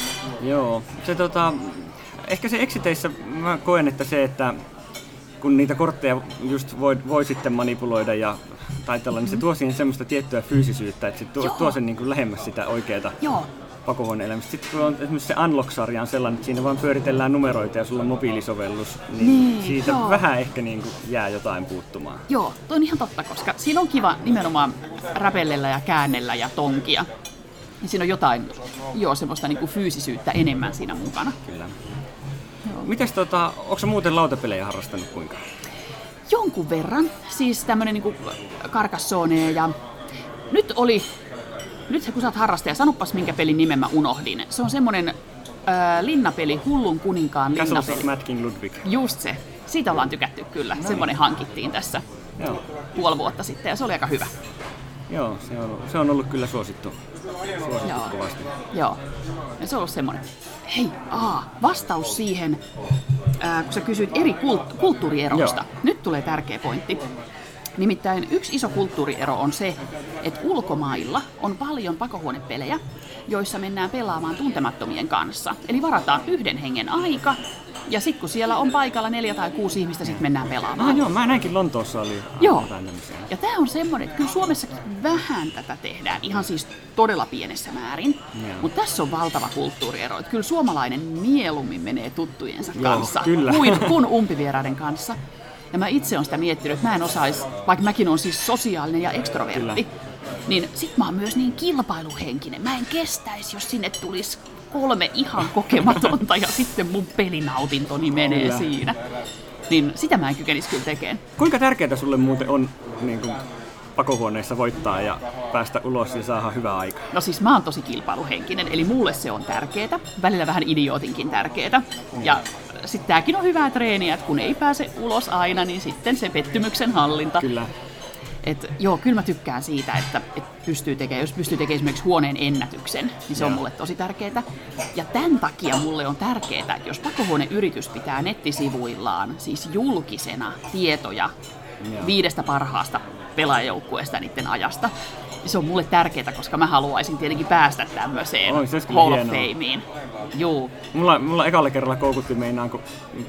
Joo, se tota, ehkä se exiteissä mä koen, että se, että kun niitä kortteja just voi, voi sitten manipuloida ja taitella, mm-hmm. niin se tuo siihen semmoista tiettyä fyysisyyttä, että se tuo, tuo sen niin kuin lähemmäs sitä oikeaa pakohuone-elämistä. Sitten kun on esimerkiksi se Unlock-sarja on sellainen, että siinä vaan pyöritellään numeroita ja sulla on mobiilisovellus, niin, niin siitä joo. vähän ehkä niin kuin jää jotain puuttumaan. Joo, toi on ihan totta, koska siinä on kiva nimenomaan räpellellä ja käännellä ja tonkia. Ja siinä on jotain joo, semmoista niin kuin fyysisyyttä enemmän siinä mukana. Kyllä. Mites tota, onko sä muuten lautapelejä harrastanut kuinka? Jonkun verran. Siis tämmönen niinku Carcassonne ja nyt oli, nyt kun sä oot harrastaja, sanopas minkä pelin nimen mä unohdin. Se on semmonen Öö, linnapeli, Hullun kuninkaan Castles linnapeli. of Mad King Ludwig. Just se. Siitä ollaan tykätty kyllä. No semmoinen hankittiin tässä Joo. puoli vuotta sitten ja se oli aika hyvä. Joo, se on, se on ollut kyllä suosittu. Suosittu Joo. kovasti. Joo. Ja se on ollut semmoinen. Hei, aa, vastaus siihen, ää, kun sä kysyit eri kult- kulttuurieroista. Joo. Nyt tulee tärkeä pointti. Nimittäin yksi iso kulttuuriero on se, että ulkomailla on paljon pakohuonepelejä, joissa mennään pelaamaan tuntemattomien kanssa. Eli varataan yhden hengen aika, ja sitten kun siellä on paikalla neljä tai kuusi ihmistä, sitten mennään pelaamaan. Ah, joo, mä näinkin Lontoossa oli Joo. tämmöisiä. Ja tämä on semmoinen, että kyllä Suomessakin vähän tätä tehdään, ihan siis todella pienessä määrin. Mutta tässä on valtava kulttuuriero. Että kyllä suomalainen mieluummin menee tuttujensa Joo, kanssa kyllä. kuin, kuin umpivieraiden kanssa. Ja mä itse olen sitä miettinyt, että mä en osaisi, vaikka mäkin olen siis sosiaalinen ja ekstrovertti, kyllä. Niin sit mä oon myös niin kilpailuhenkinen. Mä en kestäisi, jos sinne tulisi kolme ihan kokematonta ja sitten mun pelinautintoni menee kyllä. siinä. Niin sitä mä en kykenisi kyllä tekemään. Kuinka tärkeää sulle muuten on niin kuin pakohuoneissa voittaa ja päästä ulos ja saada hyvää aikaa? No siis mä oon tosi kilpailuhenkinen, eli mulle se on tärkeetä. Välillä vähän idiootinkin tärkeetä. Mm. Ja sitten tääkin on hyvää treeniä, että kun ei pääse ulos aina, niin sitten se pettymyksen hallinta. Kyllä. Et, joo, kyllä mä tykkään siitä, että, että pystyy tekemään, jos pystyy tekemään esimerkiksi huoneen ennätyksen, niin se on mulle tosi tärkeää. Ja tämän takia mulle on tärkeää, että jos pakkohuoneyritys pitää nettisivuillaan siis julkisena tietoja ja. viidestä parhaasta pelaajajoukkueesta niiden ajasta, niin se on mulle tärkeää, koska mä haluaisin tietenkin päästä tämmöiseen Oi, Hall of Fameen. Juu. Mulla, mulla ekalla kerralla koukutti meinaan, kun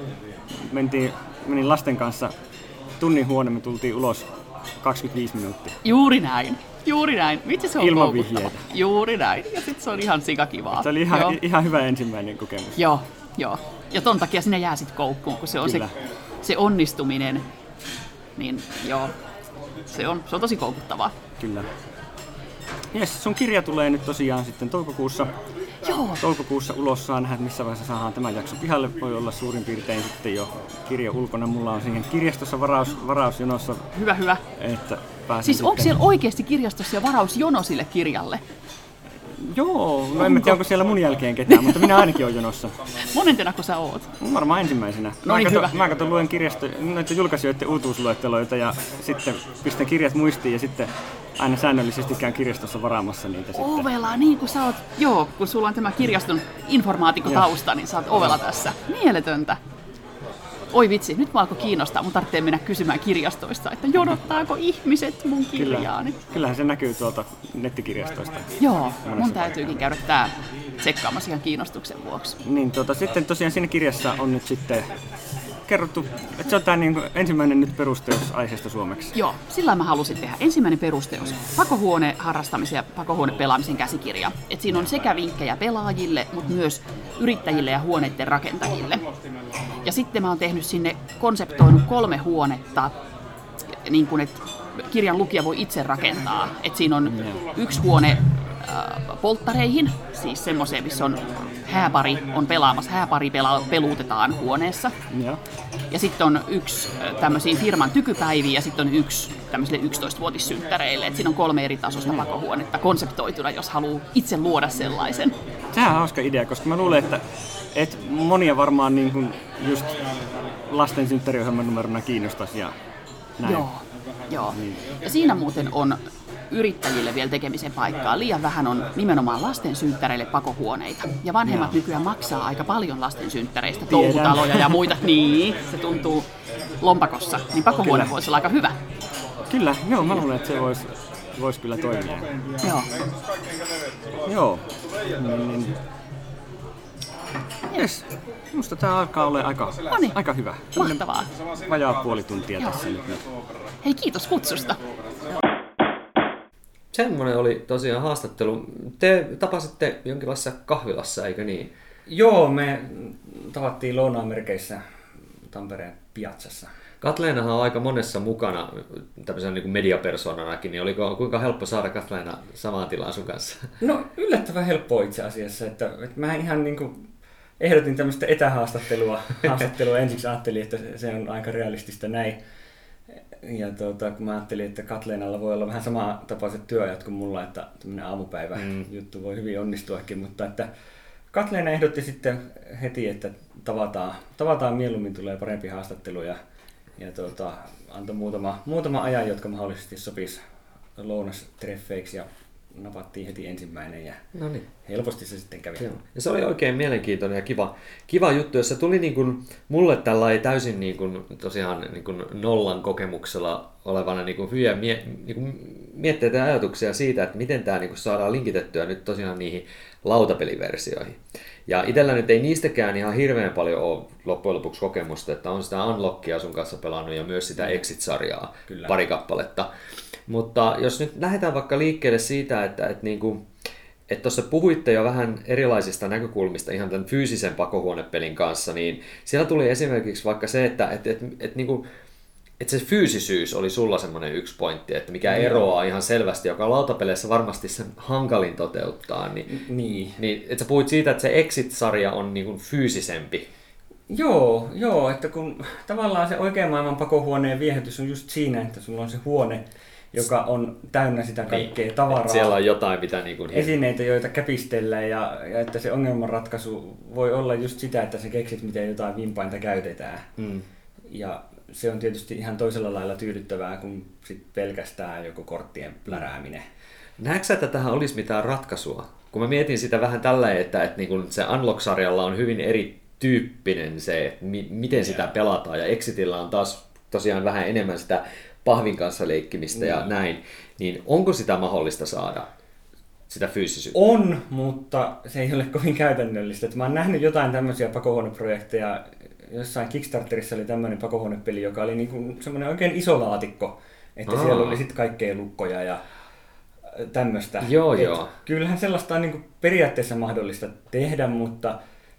mentiin, menin lasten kanssa tunnin huone, me tultiin ulos kaksikymmentäviisi minuuttia. Juuri näin. Juuri näin. Vitsi se on ilman koukuttava. vihjeitä. Juuri näin. Ja sit se on ihan sikakivaa. Se oli ihan, ihan hyvä ensimmäinen kokemus. Joo, joo. Ja ton takia sinne jää sit koukkuun, kun se on se, se onnistuminen. Niin joo, se on, se on tosi koukuttavaa. Kyllä. Jes, sun kirja tulee nyt tosiaan sitten toukokuussa. Joo. Toukokuussa ulos, saa nähdä, missä vaiheessa saadaan tämä jakso pihalle. Voi olla suurin piirtein sitten jo kirja ulkona. Mulla on siihen kirjastossa varaus, varausjonossa. Hyvä, hyvä. Että siis sitten... onko siellä oikeasti kirjastossa ja varausjono sille kirjalle? Joo, no en tiedä onko siellä mun jälkeen ketään, mutta minä ainakin olen jonossa. Monentena kun sä oot? Varmaan ensimmäisenä. No niin, hyvä. Mä katson luen kirjasto, noita julkaisijoiden uutuusluetteloita ja sitten pistän kirjat muistiin ja sitten aina säännöllisesti käyn kirjastossa varaamassa niitä sitten. Ovela, niin kuin sä oot, joo, kun sulla on tämä kirjaston informaatikotausta, niin sä oot ovela tässä. Mieletöntä. Oi vitsi, nyt mä alkoi kiinnostaa, mun tarvitsee mennä kysymään kirjastoista, että jonottaako ihmiset mun kirjaani. Kyllä, kyllähän se näkyy tuolta nettikirjastoista. Joo, mun täytyykin käydä tää tsekkaamassa ihan kiinnostuksen vuoksi. Niin, tuota, sitten tosiaan siinä kirjassa on nyt sitten kerrottu, että se on tämä niin ensimmäinen nyt perusteos aiheesta suomeksi. Joo, sillä mä halusin tehdä ensimmäinen perusteos. Pakohuone harrastamisen ja pakohuonepelaamisen käsikirja. Et siinä on sekä vinkkejä pelaajille, mutta myös yrittäjille ja huoneiden rakentajille. Ja sitten mä oon tehnyt sinne, konseptoinut kolme huonetta, niin kun, että kirjan lukija voi itse rakentaa. Et siinä on yksi huone äh, polttareihin, siis semmoiseen, missä on hääpari on pelaamassa, hääpari pela, peluutetaan huoneessa. Ja, ja sitten on yksi tämmöisiin firman tykypäiviin ja sitten on yksi tämmöisille yksitoistavuotissynttäreille. Et siinä on kolme eri tasosta pakohuonetta konseptoituna, jos haluaa itse luoda sellaisen. Tämä on hauska idea, koska mä luulen, että, että monia varmaan niin kuin just lasten synttäriohjelman numerona kiinnostaisi ja näin. Joo, joo. Niin. Ja siinä muuten on yrittäjille vielä tekemisen paikkaa. Liian vähän on nimenomaan lasten synttäreille pakohuoneita. Ja vanhemmat Joo. nykyään maksaa aika paljon lasten synttäreistä, touhutaloja ja muita. Niin, se tuntuu lompakossa. Niin pakohuone kyllä. voisi olla aika hyvä. Kyllä, joo, mä luulen, että se voisi vois kyllä toimia. Joo. Joo. Niin, niin. Jes, musta tää alkaa olla aika, aika hyvä. Mahtavaa. Vajaa puoli tuntia Joo. tässä nyt. Hei, kiitos kutsusta. Semmoinen oli tosiaan haastattelu. Te tapasitte jonkinlaisessa kahvilassa, eikö niin? Joo, me tavattiin lounaanmerkeissä Tampereen Piazzassa. Katleenahan on aika monessa mukana, tämmöisen niin kuin mediapersonanakin, niin oliko, kuinka helppo saada Katleena samaan tilaan sun kanssa? No yllättävän helppoa itse asiassa, että, että mä ihan niin kuin ehdotin tämmöistä etähaastattelua haastattelua ensiksi, ajattelin, että se on aika realistista näin. Ja tuota, kun mä ajattelin, että Katleenalla voi olla vähän samantapaiset työajat kuin mulla, että tämmöinen aamupäivä mm. juttu voi hyvin onnistuakin, mutta että Katleena ehdotti sitten heti, että tavataan, tavataan mieluummin, tulee parempi haastattelu ja, ja tuota, antoi muutama, muutama ajan, jotka mahdollisesti sopisi lounastreffeiksi ja napattiin heti ensimmäinen ja no niin. helposti se sitten kävi. Joo. Ja se oli oikein mielenkiintoinen ja kiva, kiva juttu, jossa tuli niin kuin, mulle tällainen täysin niin kuin, tosiaan niin kuin nollan kokemuksella olevana niin kuin hyviä mie, niin kuin mietteitä ja ajatuksia siitä, että miten tämä niin kuin saadaan linkitettyä nyt tosiaan niihin lautapeliversioihin. Ja itsellä nyt ei niistäkään ihan hirveän paljon ole loppujen lopuksi kokemusta, että on sitä Unlockia sun kanssa pelannut ja myös sitä Exit-sarjaa, Kyllä. pari kappaletta. Mutta jos nyt lähdetään vaikka liikkeelle siitä, että, että, niinku, että tuossa puhuitte jo vähän erilaisista näkökulmista ihan tämän fyysisen pakohuonepelin kanssa, niin siellä tuli esimerkiksi vaikka se, että, että, että, että, niinku, että se fyysisyys oli sulla semmoinen yksi pointti, että mikä eroaa ihan selvästi, joka on lautapeleissä varmasti sen hankalin toteuttaa. Niin, niin. niin että sä puhuit siitä, että se Exit-sarja on niinku fyysisempi. Joo, joo, että kun tavallaan se oikean maailman pakohuoneen viehätys on just siinä, että sulla on se huone, joka on täynnä sitä kaikkea niin, tavaraa. Siellä on jotain, mitä niin kuin... esineitä, joita käpistellään ja, ja että se ongelmanratkaisu voi olla just sitä, että sä keksit, miten jotain vimpainta käytetään. Mm. Ja se on tietysti ihan toisella lailla tyydyttävää kuin sit pelkästään joku korttien plärääminen. Näetkö sä, että tähän olisi mitään ratkaisua? Kun mä mietin sitä vähän tällä, että, että niin kun se Unlock-sarjalla on hyvin erityyppinen se, että mi- miten yeah. sitä pelataan, ja Exitillä on taas tosiaan vähän enemmän sitä pahvin kanssa leikkimistä mm. ja näin, niin onko sitä mahdollista saada, sitä fyysisyyttä? On, mutta se ei ole kovin käytännöllistä. Mä oon nähnyt jotain tämmöisiä pakohuoneprojekteja, jossain Kickstarterissa oli tämmöinen pakohuonepeli, joka oli niinku semmoinen oikein iso laatikko, että Aa. siellä oli sitten kaikkea lukkoja ja tämmöistä. Joo, joo. Kyllähän sellaista on niinku periaatteessa mahdollista tehdä, mutta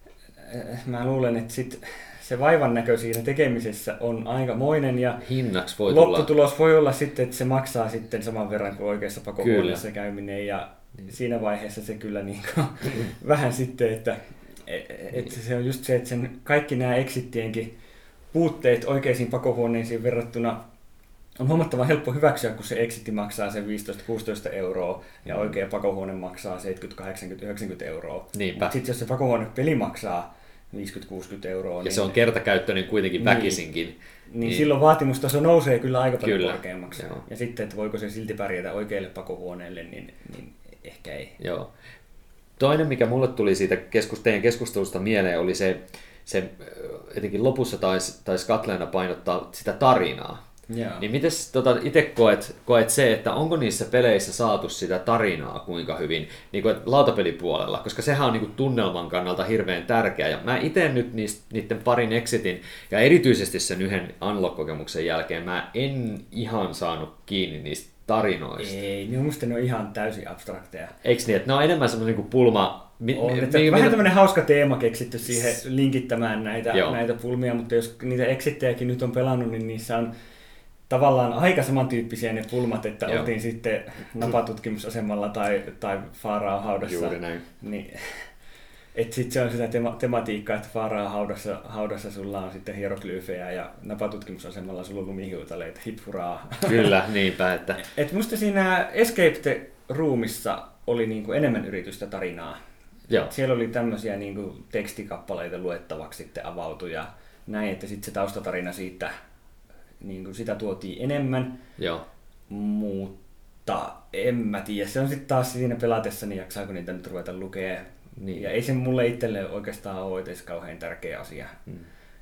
mä luulen, että sit se vaivan näkö siinä tekemisessä on aikamoinen ja hinnaksi voi lopputulos tulla. voi olla sitten, että se maksaa sitten saman verran kuin oikeassa pakohuoneessa käyminen ja niin. siinä vaiheessa se kyllä niin kuin vähän sitten, että, että se on just se, että sen kaikki nämä exittienkin puutteet oikeisiin pakohuoneisiin verrattuna on huomattavan helppo hyväksyä, kun se exitti maksaa sen viisitoista kuusitoista euroa ja oikea pakohuone maksaa seitsemänkymmentä kahdeksankymmentä yhdeksänkymmentä euroa. Sitten jos se pakohuonepeli maksaa viisikymmentä kuusikymmentä euroa. Ja niin, se on kertakäyttöinen kuitenkin niin, väkisinkin. Niin, niin silloin vaatimustaso nousee kyllä aika paljon kyllä, korkeammaksi. Joo. Ja sitten, että voiko se silti pärjätä oikealle pakohuoneelle, niin, niin ehkä ei. Joo. Toinen, mikä mulle tuli siitä keskus, teidän keskustelusta mieleen, oli se, se etenkin lopussa taisi tais Katleena painottaa sitä tarinaa. Jaa. Niin miten tota, itse koet, koet se, että onko niissä peleissä saatu sitä tarinaa kuinka hyvin niin kuin lautapelipuolella, koska sehän on niin kuin tunnelman kannalta hirveän tärkeä. Ja mä itse nyt niistä, niiden parin Exitin ja erityisesti sen yhden Unlock-kokemuksen jälkeen mä en ihan saanut kiinni niistä tarinoista. Ei, niin musta ne on ihan täysin abstrakteja. Eikö niin, että ne on enemmän semmoinen niin kuin pulma... Mi- on, mi- että mi- vähän mitä... tämmöinen hauska teema keksitty siihen linkittämään näitä, näitä pulmia, mutta jos niitä Exittejäkin nyt on pelannut, niin niissä on tavallaan aika samantyyppisiä ne pulmat, että Joo. oltiin sitten napatutkimusasemalla tai, tai Faaraan haudassa. Juuri näin. Niin, että sitten se on sitä tema- tematiikkaa, että Faaraan haudassa, haudassa sulla on sitten hieroglyyfejä ja napatutkimusasemalla sulla on lumihiutaleita, hip huraa. Kyllä, niinpä. Että... Et musta siinä Escape the Roomissa oli niinku enemmän yritystä tarinaa. Joo. Siellä oli tämmöisiä niinku tekstikappaleita luettavaksi sitten avautui ja näin, että sitten se taustatarina siitä niin kuin sitä tuotiin enemmän, Joo. mutta en mä tiedä. Se on sitten taas siinä pelatessa, niin jaksaako niitä nyt ruveta lukea. Niin. Ja ei se mulle itselle oikeastaan ole edes kauhean tärkeä asia. Hmm.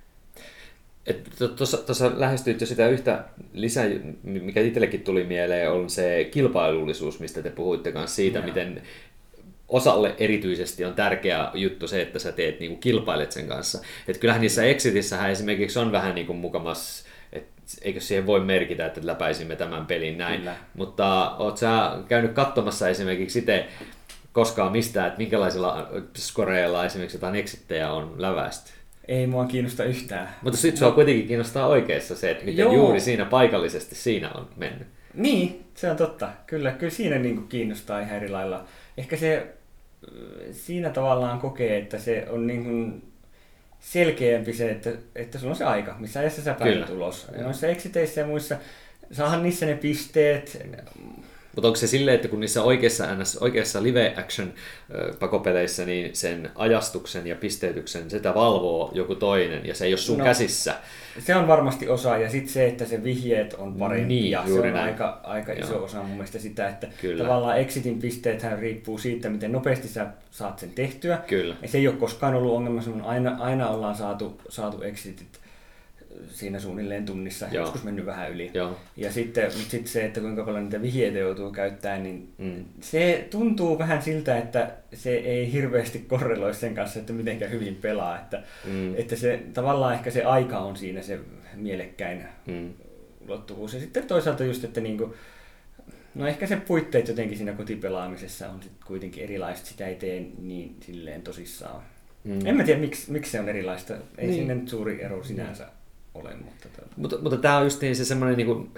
Tuossa lähestyit jo sitä yhtä lisää, mikä itsellekin tuli mieleen, on se kilpailullisuus, mistä te puhuitte kanssa siitä, Joo. miten osalle erityisesti on tärkeä juttu se, että sä teet, niin kuin kilpailet sen kanssa. Et kyllähän niissä Exitissähän esimerkiksi on vähän niin kuin mukamas, eikö siihen voi merkitä, että läpäisimme tämän pelin näin. Kyllä. Mutta oot sä käynyt katsomassa esimerkiksi itse koskaan mistään, että minkälaisilla skoreilla esimerkiksi jotain exittejä on läväisty? Ei mua kiinnosta yhtään. Mutta sitten sua kuitenkin kiinnostaa oikeassa se, että miten Joo. juuri siinä paikallisesti siinä on mennyt. Niin, se on totta. Kyllä, kyllä siinä niin kuin kiinnostaa ihan eri lailla. Ehkä se siinä tavallaan kokee, että se on niin kuin selkeämpi se, että, että sulla on se aika, missä ajassa sä pääset ulos. Ja noissa exiteissä ja muissa, saahan niissä ne pisteet, Mutta onko se silleen, että kun niissä oikeissa, oikeissa live-action-pakopeleissä, niin sen ajastuksen ja pisteytyksen sitä valvoo joku toinen, ja se ei ole sun no, käsissä? Se on varmasti osa, ja sitten se, että se vihjeet on parempia, niin, se on aika, aika iso Joo. osa mun mielestä sitä, että Kyllä. tavallaan exitin pisteethän riippuu siitä, miten nopeasti sä saat sen tehtyä. Kyllä. Ja se ei ole koskaan ollut ongelma, aina, aina ollaan saatu, saatu exitit siinä suunnilleen tunnissa, Joo. joskus mennyt vähän yli. Joo. Ja sitten sit se, että kuinka paljon niitä vihjeitä joutuu käyttämään, niin mm. se tuntuu vähän siltä, että se ei hirveästi korreloi sen kanssa, että mitenkä hyvin pelaa. Että, mm. että se, tavallaan ehkä se aika on siinä se mielekkäin mm. ulottuvuus. Ja sitten toisaalta just, että niinku, no ehkä se puitteet jotenkin siinä kotipelaamisessa on sit kuitenkin erilaiset, sitä ei tee niin silleen tosissaan. Mm. En mä tiedä, miksi, miksi se on erilaista. Ei niin. sinne nyt suuri ero sinänsä. Olen, mutta, mutta, mutta tämä on just niin se semmoinen, niin kuin,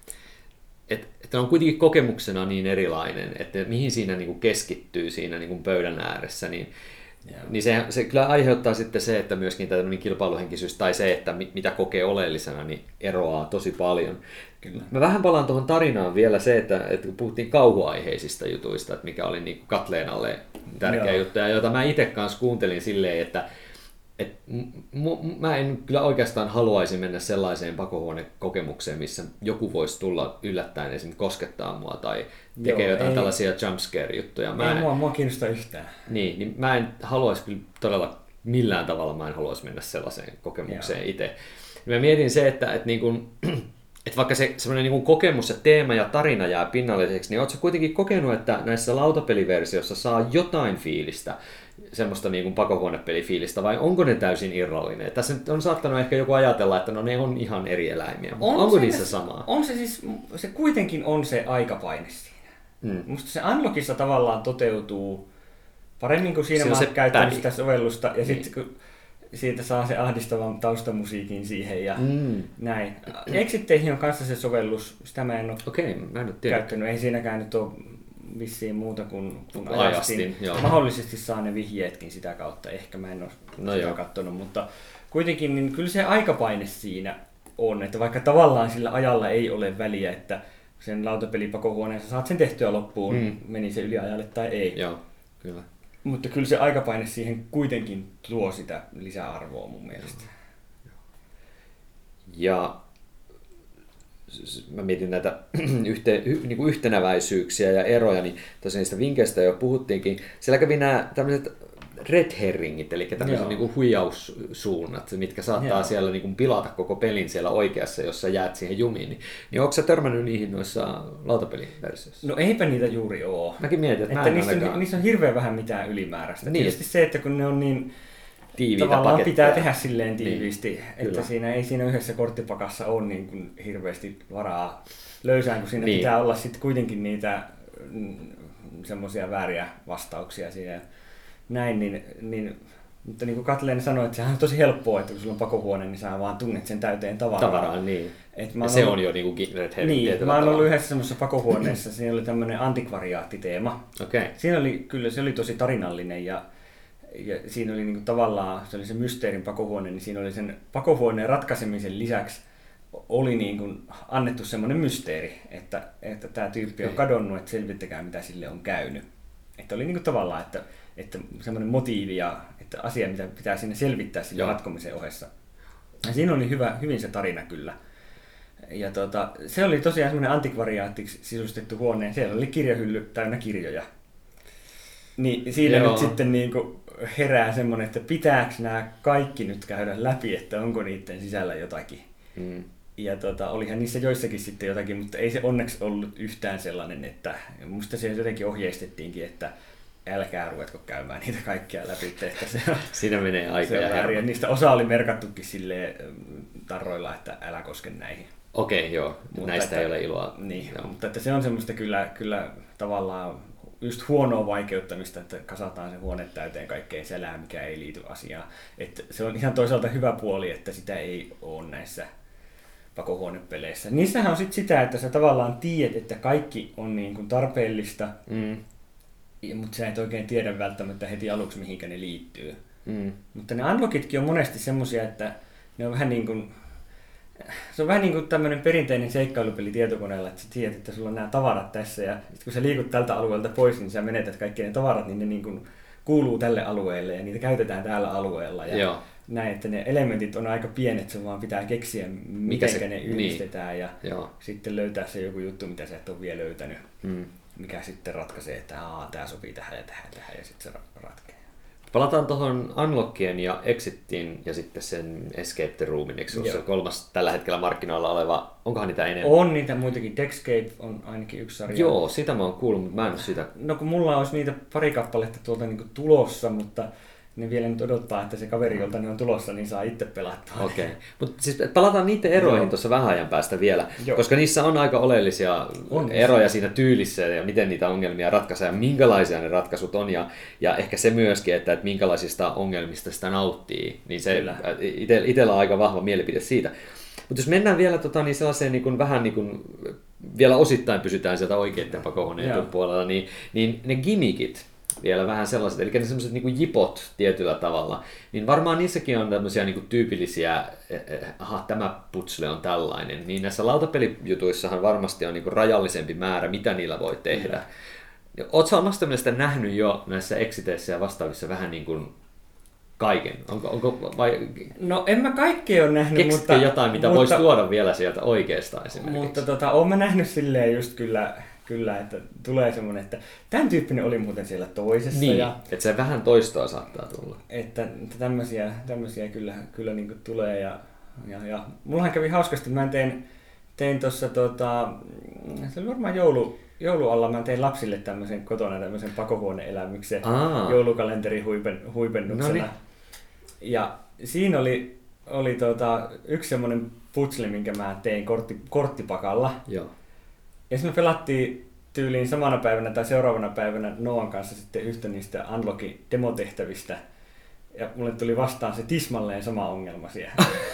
että, että on kuitenkin kokemuksena niin erilainen, että mihin siinä niin kuin keskittyy siinä niin kuin pöydän ääressä, niin, niin se, se kyllä aiheuttaa sitten se, että myöskin tämmöinen kilpailuhenkisyys tai se, että mitä kokee oleellisena, niin eroaa tosi paljon. Kyllä. Mä vähän palaan tuohon tarinaan vielä se, että, että kun puhuttiin kauhuaiheisista jutuista, että mikä oli niin kuin Katleenalle tärkeä Joo. juttu, ja jota mä itse kanssa kuuntelin silleen, että Et m- mä en kyllä oikeastaan haluaisi mennä sellaiseen pakohuonekokemukseen, missä joku voisi tulla yllättäen esimerkiksi koskettaa mua tai tekee Joo, jotain ei, tällaisia jumpscare-juttuja. Mä ei en, mua, mua kiinnosta yhtään. Niin, niin mä en haluaisi kyllä todella millään tavalla mä en haluaisi mennä sellaiseen kokemukseen itse. Mä mietin se, että, että, niin kun, että vaikka se semmoinen niin kokemus ja teema ja tarina jää pinnalliseksi, niin ootko kuitenkin kokenut, että näissä lautapeliversioissa saa jotain fiilistä, semmoista niin kuin pakohuonepelifiilistä, vai onko ne täysin irrallinen? Tässä on saattanut ehkä joku ajatella, että no ne on ihan eri eläimiä. On onko se, niissä samaa? On se siis, se kuitenkin on se aikapaine siinä. Mm. Musta se Unlockissa tavallaan toteutuu paremmin kuin siinä, mä oon käyttänyt sitä sovellusta, ja niin. sitten kun siitä saa se ahdistavan taustamusiikin siihen ja mm. näin. Exitteihin on kanssa se sovellus, sitä mä en ole Okei, mä en ole käyttänyt, ei siinäkään nyt ole vissiin muuta kuin, kuin ajastin. Mahdollisesti saa ne vihjeetkin sitä kautta, ehkä mä en ole no sitä joo. katsonut, mutta kuitenkin niin kyllä se aikapaine siinä on, että vaikka tavallaan sillä ajalla ei ole väliä, että sen lautapelipakohuoneessa saat sen tehtyä loppuun, mm. meni se yliajalle tai ei. Joo, kyllä. Mutta kyllä se aikapaine siihen kuitenkin tuo sitä lisäarvoa mun mielestä. Ja mä mietin näitä yhte, niin kuin yhtenäväisyyksiä ja eroja, niin tosiaan niistä vinkkeistä jo puhuttiinkin. Siellä kävi nämä tämmöiset red herringit, eli tämmöiset niin kuin huijaussuunnat, mitkä saattaa Joo. siellä niin kuin pilata koko pelin siellä oikeassa, jos sä jäät siihen jumiin. Niin, niin onko sä törmännyt niihin noissa lautapeliversioissa? No eipä niitä juuri ole. Mäkin mietin, että, että mä niissä, on, niissä on hirveän vähän mitään ylimääräistä. Niin. Tietysti se, että kun ne on niin tiiviitä tavallaan paketteja. Pitää tehdä silleen tiiviisti, niin, että kyllä. siinä ei siinä yhdessä korttipakassa ole niin kuin hirveästi varaa löysään, kun siinä niin. pitää olla sitten kuitenkin niitä mm, semmoisia vääriä vastauksia siinä. Näin, niin, niin, mutta niin kuin Katleen sanoi, että sehän on tosi helppoa, että kun sulla on pakohuone, niin sä vaan tunnet sen täyteen tavaraa. Tavaraan, niin. Et ja se ollut, on jo niin kuin red herring. Niin, mä oon ollut yhdessä semmoisessa pakohuoneessa, siinä oli tämmöinen antikvariaattiteema. Okay. Siinä oli, kyllä se oli tosi tarinallinen ja Ja siinä oli niinku tavallaan, se oli se mysteerin pakohuone, niin siinä oli sen pakohuoneen ratkaisemisen lisäksi oli niinku annettu semmoinen mysteeri, että, että tämä tyyppi on kadonnut, että selvittäkää mitä sille on käynyt. Että oli niinku tavallaan, että, että semmoinen motiivi ja että asia, mitä pitää sinne selvittää sille ratkomisen ohessa. Ja siinä oli hyvä, hyvin se tarina kyllä. Ja tota, se oli tosiaan semmoinen antikvariaattiksi sisustettu huone, siellä oli kirjahylly täynnä kirjoja. Niin siinä Joo. nyt sitten niinku herää semmoinen, että pitääkö nämä kaikki nyt käydä läpi, että onko niiden sisällä jotakin. Mm. Ja tota, olihan niissä joissakin sitten jotakin, mutta ei se onneksi ollut yhtään sellainen, että musta se jotenkin ohjeistettiinkin, että älkää ruvetko käymään niitä kaikkia läpi, että se on, siinä menee aika se on väärin. Ja niistä osa oli merkattukin silleen tarroilla, että älä koske näihin. Okei, okay, joo. Mutta näistä että, ei ole iloa. Niin, joo. Mutta että se on semmoista kyllä, kyllä tavallaan just huonoa vaikeuttamista, että kasataan se huone täyteen kaikkeen selää, mikä ei liity asiaan. Että se on ihan toisaalta hyvä puoli, että sitä ei ole näissä pakohuonepeleissä. Niissähän on sitten sitä, että sä tavallaan tiedät, että kaikki on niin kuin tarpeellista, mm. mutta sä et oikein tiedä välttämättä heti aluksi, mihinkä ne liittyy. Mm. Mutta ne unlockitkin on monesti semmoisia, että ne on vähän niin kuin se on vähän niin kuin tämmöinen perinteinen seikkailupeli tietokoneella, että sä tiedät, että sulla on nämä tavarat tässä ja sit kun sä liikut tältä alueelta pois, niin sä menetät kaikki ne tavarat, niin ne niin kuin kuuluu tälle alueelle ja niitä käytetään täällä alueella. Ja Joo. näin, että ne elementit on aika pienet, sun vaan pitää keksiä, miten se, ne yhdistetään niin. ja Joo. sitten löytää se joku juttu, mitä sä et ole vielä löytänyt, mm. mikä sitten ratkaisee, että tämä sopii tähän ja tähän ja tähän ja sitten se ratkeaa. Palataan tuohon Unlockien ja Exitin ja sitten sen Escape the Roomin, eikö se ole se kolmas tällä hetkellä markkinoilla oleva, onkohan niitä enemmän? On niitä muitakin, Dexcape on ainakin yksi sarja. Joo, sitä mä oon kuullut, mutta mä en ole sitä. No kun mulla olisi niitä pari kappaletta tuolta niin kuin tulossa, mutta ne vielä nyt odottaa, että se kaveri, jolta ne on tulossa, niin saa itse pelattua. Okei, okay. Mutta siis palataan niiden eroihin tuossa vähän ajan päästä vielä, Joo. koska niissä on aika oleellisia on eroja siinä tyylissä ja miten niitä ongelmia ratkaisee ja minkälaisia ne ratkaisut on ja, ja ehkä se myöskin, että, että minkälaisista ongelmista sitä nauttii, niin se ite, itsellä on aika vahva mielipide siitä. Mutta jos mennään vielä tota, niin sellaiseen niin kuin, vähän niin kuin, vielä osittain pysytään sieltä oikeiden pakohuoneiden puolella, niin, niin ne gimmickit, vielä vähän sellaiset, eli ne sellaiset niin kuin jipot tietyllä tavalla, niin varmaan niissäkin on tämmöisiä niin kuin tyypillisiä, aha, tämä putsle on tällainen, niin näissä lautapelijutuissahan varmasti on niin kuin rajallisempi määrä, mitä niillä voi tehdä. Mm. Oletko omasta mielestä nähnyt jo näissä exiteissä ja vastaavissa vähän niin kuin kaiken? Onko, onko, vai... No en mä kaikkea ole nähnyt, Keksitkö mutta... jotain, mitä mutta, voisi tuoda vielä sieltä oikeastaan esimerkiksi? Mutta tota, olen mä nähnyt silleen just kyllä... Kyllä, että tulee semmoinen, että tämän tyyppinen oli muuten siellä toisessa. Niin, ja, että se vähän toistoa saattaa tulla. Että, että tämmöisiä, tämmöisiä kyllä, kyllä niin kuin tulee. Ja, ja, ja mullahan kävi hauskasti, mä tein, tein tuossa, tota, se oli varmaan joulu, joulualla, mä tein lapsille tämmöisen kotona tämmöisen pakohuone-elämyksen joulukalenteri huipen, huipennuksena. Noniin. Ja siinä oli, oli tota, yksi semmoinen putsle, minkä mä tein kortti, korttipakalla. Joo. Ja sitten me pelattiin tyyliin samana päivänä tai seuraavana päivänä Noan kanssa sitten yhtä niistä Unlockin demotehtävistä. Ja mulle tuli vastaan se tismalleen sama ongelma siellä.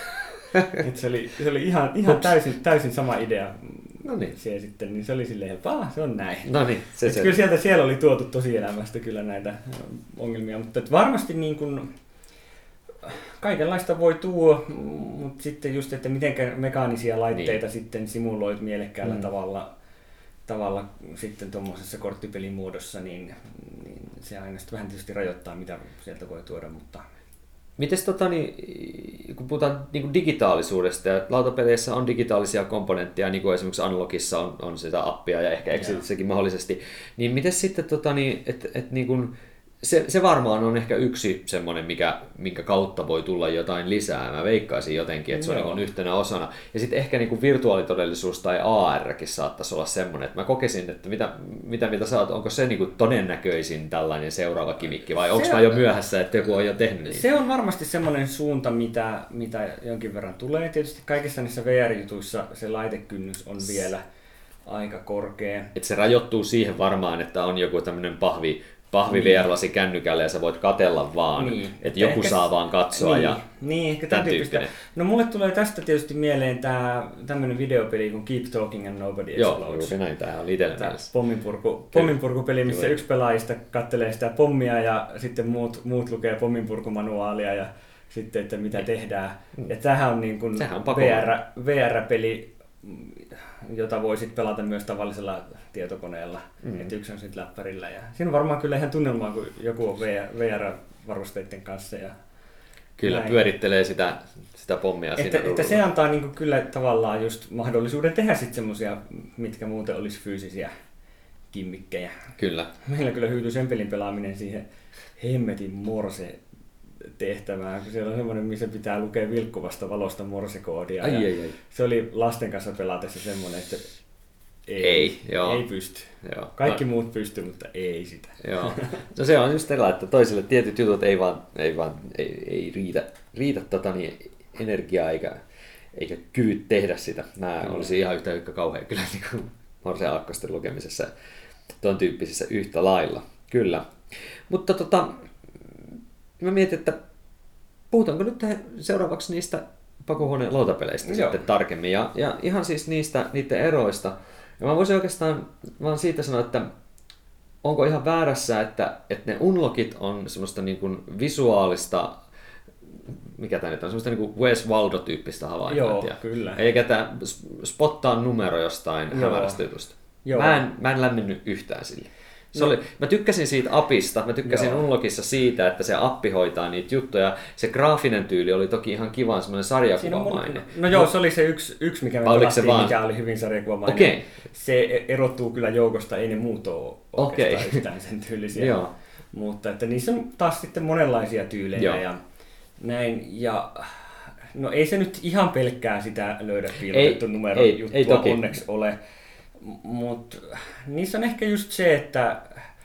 se oli, se oli ihan, ihan täysin, täysin sama idea. No niin. Se sitten, niin se oli silleen helppoa, ah, se on näin. No niin, se se. Kyllä sieltä siellä oli tuotu tosielämästä kyllä näitä ongelmia, mutta varmasti niin kuin kaikenlaista voi tuoda, mutta sitten just, että miten mekaanisia laitteita niin. sitten simuloit mielekkäällä mm. tavalla, tavalla sitten tuommoisessa korttipelimuodossa, niin, niin se aina sitten vähän tietysti rajoittaa, mitä sieltä voi tuoda, mutta... Mites tota, niin, kun puhutaan niin kuin digitaalisuudesta, ja lautapeleissä on digitaalisia komponentteja, niin kuin esimerkiksi Unlockissa on, on sitä appia ja ehkä Exitissäkin mahdollisesti, niin miten sitten, tota, niin, että et, niin kuin, se, se varmaan on ehkä yksi semmoinen, mikä, minkä kautta voi tulla jotain lisää. Mä veikkaisin jotenkin, että se on niin yhtenä osana. Ja sitten ehkä niin kuin virtuaalitodellisuus tai A R:kin saattaisi olla semmoinen, että mä kokisin, että mitä, mitä mitä sä oot, onko se niin kuin todennäköisin tällainen seuraava kimikki, vai onko mä jo myöhässä, että joku on jo tehnyt niin? Se on varmasti semmoinen suunta, mitä, mitä jonkin verran tulee. Tietysti kaikissa niissä V R-jutuissa se laitekynnys on vielä aika korkea. Et se rajoittuu siihen varmaan, että on joku tämmöinen pahvi, pahvi niin. V R-lasi kännykällä ja sä voit katsella vaan, niin. että joku ehkä saa vaan katsoa niin. ja niin, ehkä tämän tyyppistä. No mulle tulee tästä tietysti mieleen tää tämmönen videopeli kuin Keep Talking and Nobody Explodes. Joo, juuri näin, tää on itsellä mielessä. Pomminpurku, pomminpurkupeli, missä Kyllä. yksi pelaajista kattelee sitä pommia ja sitten muut, muut lukee pomminpurkumanuaalia ja sitten, että mitä tehdään. Ja tämähän on niin kuin V R, V R-peli, jota voisit pelata myös tavallisella tietokoneella, mm. että yksi on sitten läppärillä. Ja siinä on varmaan kyllä ihan tunnelmaa, kun joku on V R-varusteiden kanssa. Ja kyllä, näin. Pyörittelee sitä, sitä pommia että, siinä että se antaa niinku kyllä tavallaan just mahdollisuuden tehdä sitten semmoisia, mitkä muuten olisi fyysisiä kimmikkejä. Kyllä. Meillä kyllä hyytyi sen pelin pelaaminen siihen hemmetin morse tehtävään, kun siellä on semmoinen, missä pitää lukea vilkkuvasta valosta morsekoodia. Ai, ai, ai. Se oli lasten kanssa pelatessa semmoinen, että ei, ei, joo. ei pysty. Joo. Kaikki no. muut pystyy, mutta ei sitä. Joo. No se on just tällä, että toisille tietyt jutut ei vaan, ei vaan ei, ei riitä, riitä tota niin, energiaa eikä, eikä kyvyt tehdä sitä. Mä mm. olisin ihan yhtä yhtä kauhean kyllä niin kuin morse-aakkosten lukemisessa tuon tyyppisissä yhtä lailla. Kyllä. Mutta tota, mä mietin, että puhutaanko nyt seuraavaksi niistä pakohuoneen lautapeleistä Joo. sitten tarkemmin ja, ja ihan siis niistä niiden eroista. Ja mä voisin oikeastaan vaan siitä sanoa, että onko ihan väärässä, että, että ne unlockit on semmoista niin kuin visuaalista mikä tämä nyt on, semmoista niin Wes Waldo-tyyppistä havaintoa. Joo, kyllä. Eikä tämä spottaa numero jostain Joo. hämärästä jutusta. Mä en, mä en lämmennyt yhtään sille. Se oli, mä tykkäsin siitä appista, mä tykkäsin Joo. Unlockissa siitä, että se appi hoitaa niitä juttuja. Se graafinen tyyli oli toki ihan kiva, semmoinen sarjakuvamainen. No joo, se oli se yksi, yksi mikä me pelattiin, vaan... mikä oli hyvin sarjakuvamainen. Okay. Se erottuu kyllä joukosta, ei ne muut ole oikeastaan okay. yhtään sen tyylisiä. Joo. Mutta että niissä on taas sitten monenlaisia tyylejä Joo. ja näin. Ja no ei se nyt ihan pelkkää sitä löydä piilotettu numero ei, juttua ei toki. Onneksi ole. Mutta niissä on ehkä just se, että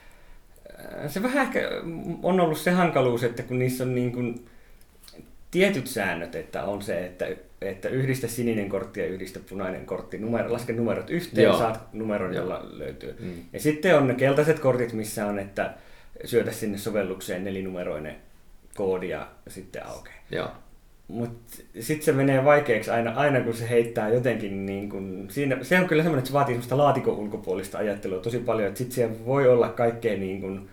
se vähän ehkä on ollut se hankaluus, että kun niissä on niin kuin tietyt säännöt, että on se, että, että yhdistä sininen kortti ja yhdistä punainen kortti, numero, laske numerot yhteen, Joo. saat numeron, jolla Joo. löytyy. Mm. Ja sitten on ne keltaiset kortit, missä on, että syötä sinne sovellukseen nelinumeroinen koodi ja sitten aukeaa. Mutta sitten se menee vaikeaksi aina, aina kun se heittää jotenkin, niin kun, siinä, se on kyllä semmoinen, että se vaatii semmoista laatikon ulkopuolista ajattelua tosi paljon, että sitten siellä voi olla kaikkea niin kun,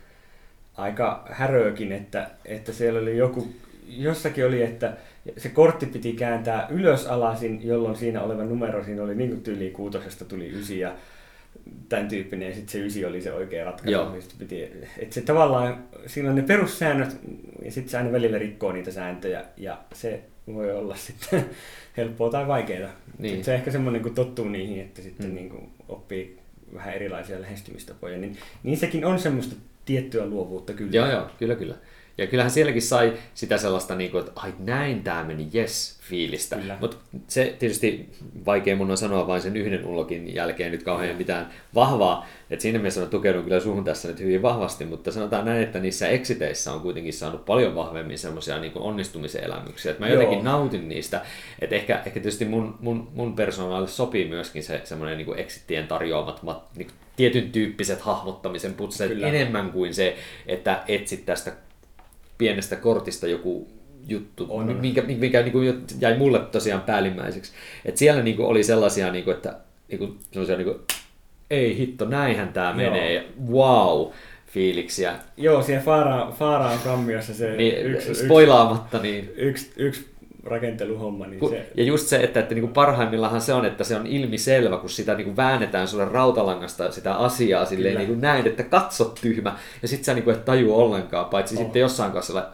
aika häröäkin, että, että siellä oli joku, jossakin oli, että se kortti piti kääntää ylös alasin, jolloin siinä oleva numero, siinä oli niin kuin tyyliin kuutosesta tuli ysi ja tämän tyyppinen, ja sitten se ysi oli se oikea ratkaisu. Piti, että se tavallaan, siinä on ne perussäännöt, ja sitten se aina välillä rikkoo niitä sääntöjä, ja se voi olla sitten helppoa tai vaikeaa. Niin. Se ehkä semmoinen, kun tottuu niihin, että sitten mm. niin kuin oppii vähän erilaisia lähestymistapoja, niin, niin sekin on semmoista tiettyä luovuutta kyllä. Joo, joo, kyllä, kyllä. Ja kyllähän sielläkin sai sitä sellaista, että ai näin tämä meni, yes, fiilistä. Mutta se tietysti vaikea mun on sanoa vain sen yhden unlockin jälkeen nyt kauhean mitään vahvaa. Et siinä mielessä mä tukeudun kyllä suhun tässä nyt hyvin vahvasti, mutta sanotaan näin, että niissä exiteissä on kuitenkin saanut paljon vahvemmin semmoisia niin onnistumisen elämyksiä. Et mä jotenkin Joo. nautin niistä. Et ehkä, ehkä tietysti mun, mun, mun persoonalille sopii myöskin se semmoinen niin exitien tarjoamat niin tietyn tyyppiset hahmottamisen putset enemmän kuin se, että etsit tästä pienestä kortista joku juttu, on. mikä, mikä niin kuin jäi mulle tosiaan päällimmäiseksi. Et siellä niin kuin oli sellaisia, niin kuin, että niin kuin, sellaisia, niin kuin, ei hitto, näinhän tämä menee, ja wow, fiiliksiä. Joo, siellä Faaraan, Faaraan kammiossa se niin, yksi, spoilaamatta. Yksi, niin, yksi, yksi rakenteluhomma. Niin se... Ja just se, että, että niin kuin parhaimmillaan se on, että se on ilmiselvä, kun sitä niin kuin väännetään sulle rautalangasta sitä asiaa silleen niin kuin näin, että katso tyhmä, ja sit sä niin kuin et tajua ollenkaan, paitsi oh. sitten jossain kanssa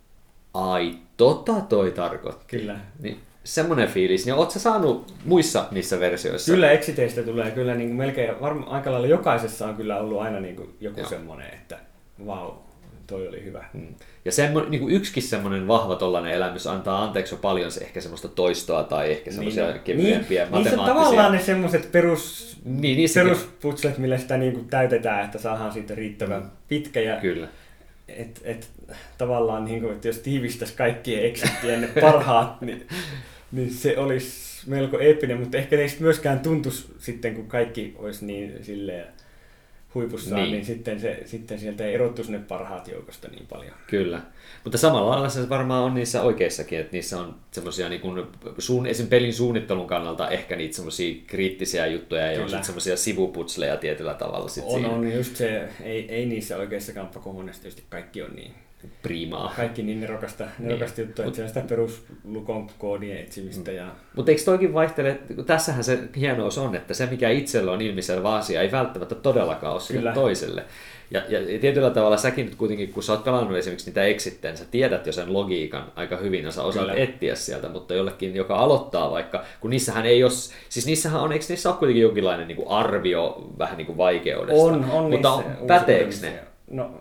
ai, tota toi tarkoitti. Kyllä. Niin, semmoinen fiilis. Niin ootko sä saanut muissa niissä versioissa? Kyllä exiteistä tulee kyllä niin kuin melkein, varmaan aika lailla jokaisessa on kyllä ollut aina niin kuin joku Joo. semmoinen, että vau, toi oli hyvä. Hmm. Ja semmo, niin kuin yksikin semmoinen vahva tollainen elämys antaa anteeksi jo paljon se, ehkä semmoista toistoa tai ehkä semmoisia niin, kevyempiä niin, matemaattisia. Niissä tavallaan ne semmoiset perus, niin, perusputslet, millä sitä niin kuin täytetään, että saadaan siitä riittävän hmm. pitkä. Ja Kyllä. Et, et, tavallaan, niin kuin, että jos tiivistäisi kaikkien exitien ne parhaat, niin, niin se olisi melko eeppinen, mutta ehkä ei myöskään tuntuisi sitten, kun kaikki olisi niin silleen huipussaan, niin, niin sitten, se, sitten sieltä ei erottuisi ne parhaat joukosta niin paljon. Kyllä, mutta samalla lailla se varmaan on niissä oikeissakin, että niissä on semmoisia niin kuin suun, esim. Pelin suunnittelun kannalta ehkä niitä semmoisia kriittisiä juttuja ja on sitten semmoisia sivuputsleja tietyllä tavalla. Sit on, siinä. on just se, ei, ei niissä oikeissakaan pakohuoneissa tietysti kaikki on niin priimaa. Kaikki niin nerokasta, nerokasta niin. juttua, että se on sitä peruslukon koodien etsimistä. Ja... Mutta eikö toikin vaihtele, tässähän se hienous on, että se mikä itsellä on ilmiselvä asia ei välttämättä todellakaan ole sille toiselle. Ja, ja tietyllä tavalla säkin nyt kuitenkin, kun sä oot pelannut esimerkiksi niitä exitteen, sä tiedät jo sen logiikan aika hyvin ja sä osaat Kyllä. etsiä sieltä, mutta jollekin, joka aloittaa vaikka, kun niissähän ei ole, siis niissähän on, eikö niissä ole kuitenkin jonkinlainen niin kuin arvio vähän niin kuin vaikeudesta? On, on mutta on, päteekö ne? No,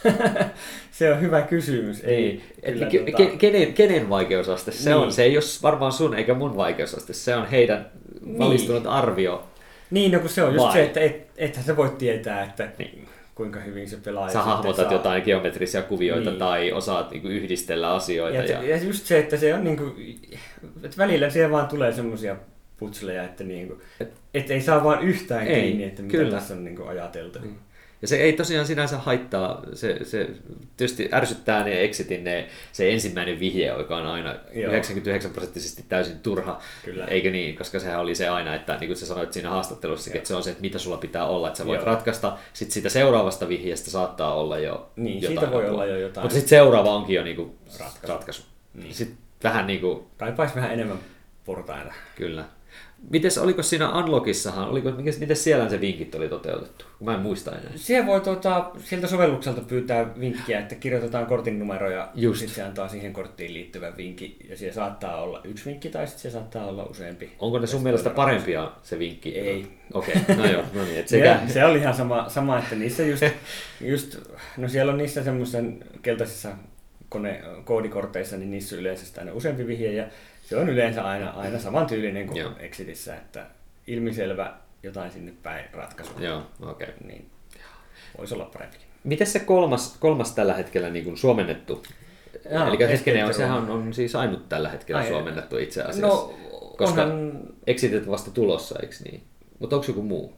se on hyvä kysymys. Ei, kyllä, ke, tuota... kenen, kenen vaikeusaste se niin. on? Se ei ole varmaan sun eikä mun vaikeusaste, se on heidän niin. valistunut arvio. Niin, no kun se on just Vai? se, että et, ethän sä voit tietää, että niin. kuinka hyvin se pelaa. Sä hahmotat saa... jotain geometrisia kuvioita niin. tai osaat niin kuin yhdistellä asioita. Ja, ja... ja just se, että se on niin kuin, että välillä siellä vaan tulee semmoisia putsleja, että niin kuin, et, et ei saa vaan yhtään ei, kiinni, että mitä kyllä. tässä on niin kuin ajateltu. Mm. Ja se ei tosiaan sinänsä haittaa, se, se tietysti ärsyttää ne exitin ne, se ensimmäinen vihje, joka on aina Joo. yhdeksänkymmentäyhdeksän prosenttisesti täysin turha, Kyllä. eikö niin? Koska sehän oli se aina, että niin kuin sä sanoit siinä haastattelussa, että se on se, että mitä sulla pitää olla, että sä voit Joo. ratkaista, sitten siitä seuraavasta vihjeestä saattaa olla jo niin, jotain. Siitä voi olla jo jotain. Mutta sitten seuraava onkin jo niin kuin ratkaisu. ratkaisu. Niin. Sitten vähän niinku... Kaipaisi vähän enemmän portaita. Kyllä. Mites, oliko siinä Unlockissahan, oliko, miten siellä se vinkit oli toteutettu? Mä en muista enää. Siellä voi tuota, sieltä sovellukselta pyytää vinkkiä, että kirjoitetaan kortin numero ja sitten se antaa siihen korttiin liittyvän vinkin. Ja siellä saattaa olla yksi vinkki tai sitten se saattaa olla useampi. Onko ne sun mielestä parempia se vinkki? Ei. Okei, okay. No joo, no niin. Et sekä... Se oli ihan sama, sama että niissä just, just, no siellä on niissä semmoisen keltaisissa kone, koodikorteissa, niin niissä on yleensä aina useampi vihje ja se on yleensä aina, aina samantyylinen kuin Joo. Exitissä, että ilmiselvä jotain sinne päin ratkaisu. Joo, okei. Okay. Niin voisi olla parempi. Miten se kolmas, kolmas tällä hetkellä niin kuin suomennettu? Jaa, eli hetkinen, sehän on, on siis ainut tällä hetkellä Ai, suomennettu itse asiassa. No, koska onhan... Exitit vasta tulossa, eikö niin? Mutta onko joku muu?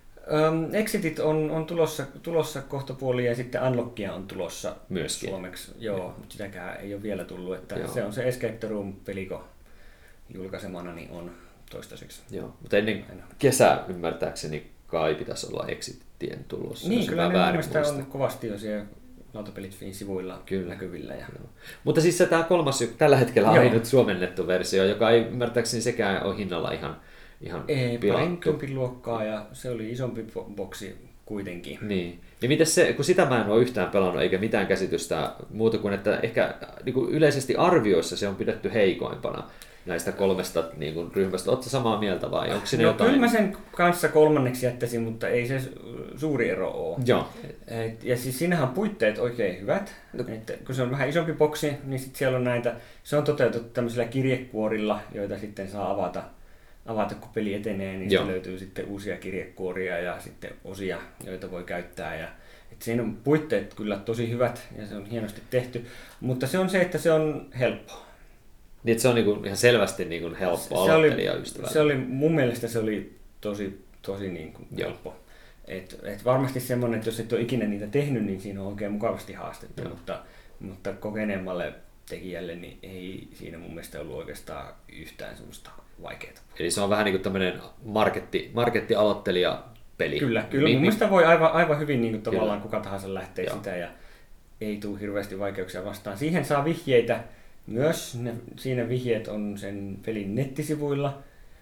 Um, Exitit on, on tulossa, tulossa kohtapuoliin ja sitten Unlockia on tulossa myöskin suomeksi. Joo, mutta sitäkään ei ole vielä tullut. Että se on se Escape the Room-peliko julkaisemana, niin on toistaiseksi. Joo, mutta ennen kesää ymmärtääkseni kai pitäisi olla Exitien tulossa. Niin, kyllä ne mielestäni on kovasti jo siellä Lautapelit.fin sivuilla kyllä näkyvillä. Ja... Mutta siis se tämä kolmas tällä hetkellä on ainut suomennettu versio, joka ei ymmärtääkseni sekään ole hinnalla ihan Ihan ei, parin luokkaa ja se oli isompi boksi kuitenkin. Niin. Ja miten se, kun sitä mä en ole yhtään pelannut eikä mitään käsitystä muuta kuin, että ehkä niin kuin yleisesti arvioissa se on pidetty heikoimpana näistä kolmesta niin kuin, ryhmästä. Oletko samaa mieltä vai onko siinä no, jotain? Kyllä mä sen kanssa kolmanneksi jättäisin, mutta ei se suuri ero ole. Joo. Et, ja siis siinähän on puitteet oikein hyvät. No. Et, kun se on vähän isompi boksi, niin sit siellä on näitä, se on toteutettu tämmöisillä kirjekuorilla, joita sitten saa avata. avata, kun peli etenee, niin sitten löytyy sitten uusia kirjekuoria ja sitten osia, joita voi käyttää. Ja, et siinä on puitteet kyllä tosi hyvät ja se on hienosti tehty, mutta se on se, että se on helppo. Niin, että se on niinku ihan selvästi niinku helppo aloittelijaystävällä. Se oli, mun mielestä se oli tosi, tosi niinku helppo. Et, et varmasti semmoinen, että jos et ole ikinä niitä tehnyt, niin siinä on oikein mukavasti haastetta, mutta, mutta kokeneemmalle tekijälle niin ei siinä mun mielestä ollut oikeastaan yhtään semmoista vaikeaa. Eli se on vähän niin kuin tämmöinen marketti, marketti-aloittelija-peli. Kyllä, kyllä. Mun mielestä voi aivan, aivan hyvin niin kuin tavallaan kuka tahansa lähtee Joo. sitä ja ei tule hirveästi vaikeuksia vastaan. Siihen saa vihjeitä myös. Ne, siinä vihjeet on sen pelin nettisivuilla,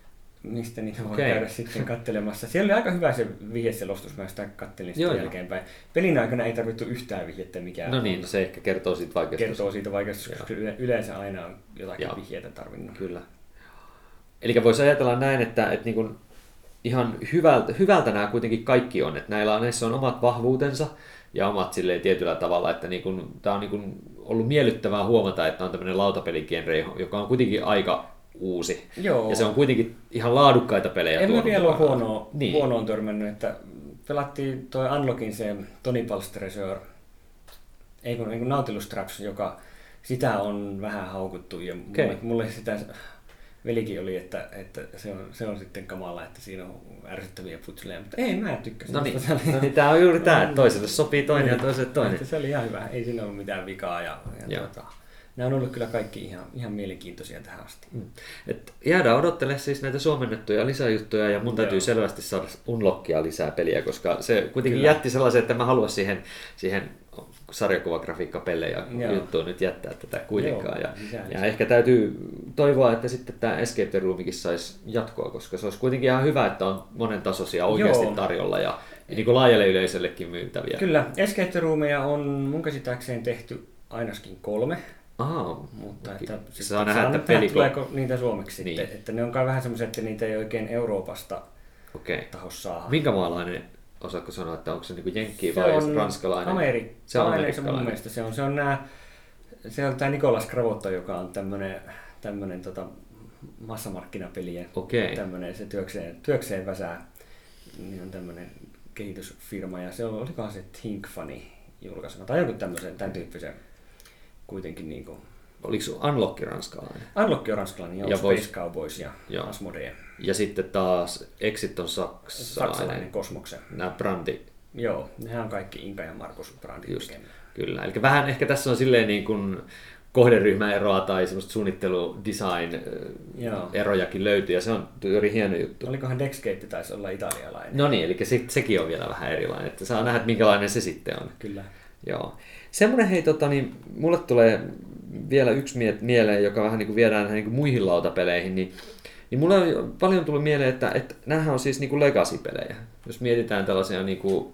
mistä niitä voi okay. käydä sitten katselemassa. Siellä oli aika hyvä se vihjeselostus, mä sitä kattelin sitten jälkeenpäin. Pelin aikana ei tarvittu yhtään vihjettä mikään. No niin, on. Se ehkä kertoo siitä vaikeuksesta. Kertoo siitä vaikeuksesta, koska yleensä aina on jotakin Joo. vihjeitä tarvinnut. Kyllä. Eli voisi ajatella näin, että, että niin kuin ihan hyvältä, hyvältä nämä kuitenkin kaikki on, että näillä on, näissä on omat vahvuutensa ja omat silleen tietyllä tavalla, että niin kuin, tämä on niin kuin ollut miellyttävää huomata, että on tämmöinen lautapeligenre, joka on kuitenkin aika uusi. Joo. Ja se on kuitenkin ihan laadukkaita pelejä. En mä vielä ole huonoa, niin. huonoon törmännyt, että pelattiin toi Unlockin se Tony Palstresör, ei kun, ei kun Nautilus Traps, joka sitä on vähän haukuttu ja okay. mulle, mulle sitä velikin oli, että, että se, on, se on sitten kamala, että siinä on ärsyttäviä putseleja, mutta ei, mä tykkäsin. No niin, no niin tämä on juuri tämä, että toiselle sopii toinen ja toiselle toinen. Se oli ihan hyvä, ei siinä ollut mitään vikaa ja, ja tuota, nämä on ollut kyllä kaikki ihan, ihan mielenkiintoisia tähän asti. Mm. Et jäädään odottelemaan siis näitä suomennettuja lisäjuttuja ja mun täytyy Joo. selvästi saada Unlockia lisää peliä, koska se kuitenkin kyllä. jätti sellaisen, että mä haluan siihen, siihen sarjakuvagrafiikkapelejä juttuun nyt jättää tätä kuitenkaan. Joo, ja, ja ehkä täytyy toivoa, että sitten tämä Escape the Roomikin saisi jatkoa, koska se olisi kuitenkin ihan hyvä, että on monen tasoisia oikeasti Joo. tarjolla ja niin kuin laajalle yleisöllekin myytäviä. Kyllä, Escape the Roomia on mun käsittääkseen tehty ainakin kolme. Aha, mutta okay. että se saa nähdä, että peliko... tuleeko niitä suomeksi niin. sitten. Että ne on kai vähän semmoisia, että niitä ei oikein Euroopasta okay. tahos saada. Minkä maalainen, osaatko sanoa, että onko se niin jenkki vai on ranskalainen? Ameri- se on amerikkalainen. Mun mielestä se on, se on, nää, se on tämä Nicolas Cravotto, joka on tämmöinen, tämmöinen tota, massamarkkinapelien okay. tämmöinen, se työkseen, työkseen väsää, niin on tämmöinen kehitysfirma ja se on, olikohan se Think Funny julkaisema tai joku tämmöisen, tämän tyyppisen kuitenkin niin kuin... Oliko Unlock ranskalainen? Unlock on ranskalainen, joo, ja Space vois... Cowboys ja joo. Asmodee. Ja sitten taas Exit on saksalainen. Saksalainen Kosmoksen. Nämä Brandi. Joo, nehän on kaikki Inka ja Markus Brandin tekemään. Kyllä, eli vähän ehkä tässä on silleen niin kuin kohderyhmäeroa tai semmoista suunnittelu-design-erojakin löytyy, ja se on juuri hieno juttu. Olikohan Dexgate taisi olla italialainen? No niin, eli se, sekin on vielä vähän erilainen, että saa nähdä, että minkälainen se sitten on. Kyllä. Joo. Semmoinen hei, tota, niin, mulle tulee vielä yksi mie- mieleen, joka vähän niin kuin viedään näihin niin kuin muihin lautapeleihin, niin, niin mulle on paljon tullut mieleen, että, että nämähän on siis niin kuin legacy-pelejä. Jos mietitään tällaisia, niin kuin,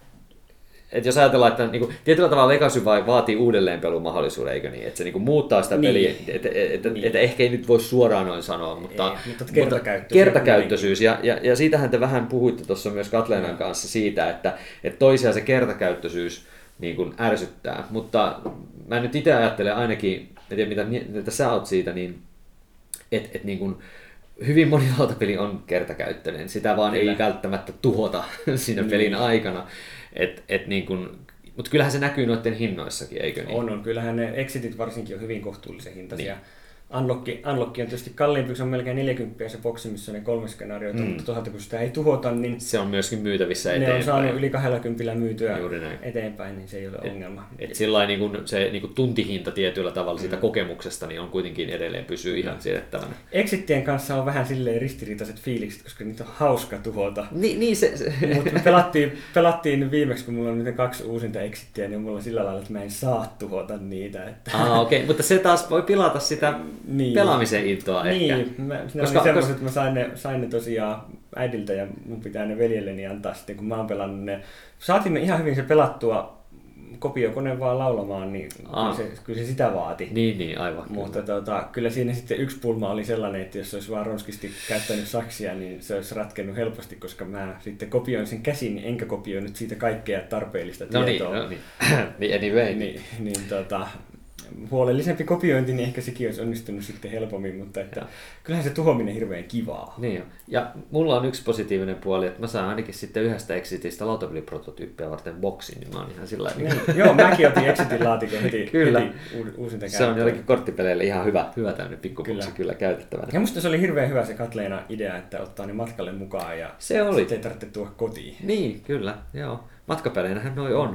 että jos ajatellaan, että niin kuin, tietyllä tavalla legacy vaatii uudelleenpelumahdollisuuden, eikö niin? Että se niin kuin muuttaa sitä niin. peliä, että, että, niin. että ehkä ei nyt voi suoraan noin sanoa, mutta, ei, mutta kertakäyttöisyys. kertakäyttöisyys. Ja, ja, ja siitähän te vähän puhuitte tuossa myös Katleenan kanssa siitä, että, että toisia se kertakäyttöisyys niin kuin ärsyttää, mutta mä nyt itse ajattelen ainakin, en tiedä mitä mitä sä oot siitä, niin että et niin kuin hyvin moni lautapeli on kertakäyttöinen, sitä vaan Kyllä. ei välttämättä tuhota siinä niin. pelin aikana, et, et niin kuin, mutta kyllähän se näkyy noiden hinnoissakin, eikö niin? On, on. Kyllähän ne exitit varsinkin on hyvin kohtuullisen hintaisia. Niin. Unlock, Unlock on tietysti kalliimpi, se on melkein neljäkymmentä se boksi, missä on ne kolme skenaarioita, mm. mutta toisaalta kun sitä ei tuhota, niin se on myöskin myytävissä eteenpäin. Ne on saanut yli kaksikymmentä myytyä eteenpäin, niin se ei ole et, ongelma. Et sillä niin kun se niin kun tuntihinta tietyllä tavalla siitä mm. kokemuksesta niin on kuitenkin edelleen pysyy mm. ihan siedettävänä. Exittien kanssa on vähän silleen ristiriitaiset fiilikset, koska niitä on hauska tuhota. Niin, niin se, se. Mutta me pelattiin, pelattiin viimeksi, kun mulla on nyt kaksi uusinta exittiä, niin mulla on sillä lailla, että mä en saa tuhota niitä. Että ah, okei, okay. Mutta se taas voi pilata sitä niin. pelaamisen intoa niin, ehkä. Mä, ne koska, oli semmoiset, että mä sain ne, sain ne tosiaan äidiltä ja mun pitää ne veljelleni antaa sitten, kun mä oon pelannut ne. Saatiin me ihan hyvin se pelattua kopiokone vaan laulamaan, niin kyllä se, kyllä se sitä vaati. Niin, niin, aivan. Mutta tota, kyllä siinä sitten yksi pulma oli sellainen, että jos olisi vaan ronskisti käyttänyt saksia, niin se olisi ratkennut helposti, koska mä sitten kopioin sen käsin, enkä kopioinut siitä kaikkea tarpeellista no tietoa. No niin, no niin. Anyway. niin, niin tota, huolellisempi kopiointi, niin ehkä sekin olisi onnistunut sitten helpommin, mutta että kyllähän se tuhominen hirveän kivaa. Niin ja mulla on yksi positiivinen puoli, että mä saan ainakin sitten yhdestä Exitistä lautapeliprototyyppiä varten boksin, niin mä oon ihan sillä niin, joo, mäkin otin Exitin laatikon heti, kyllä. heti uusinta käyttöön. Se on jollekin korttipeleille ihan hyvä, hyvä tämmöinen pikkuboksi kyllä. kyllä käytettävänä. Ja musta se oli hirveän hyvä se Katleena idea, että ottaa ne matkalle mukaan ja se oli. sitten ei tarvitse tuoda kotiin. Niin, kyllä, joo. Matkapeleinähän noi on.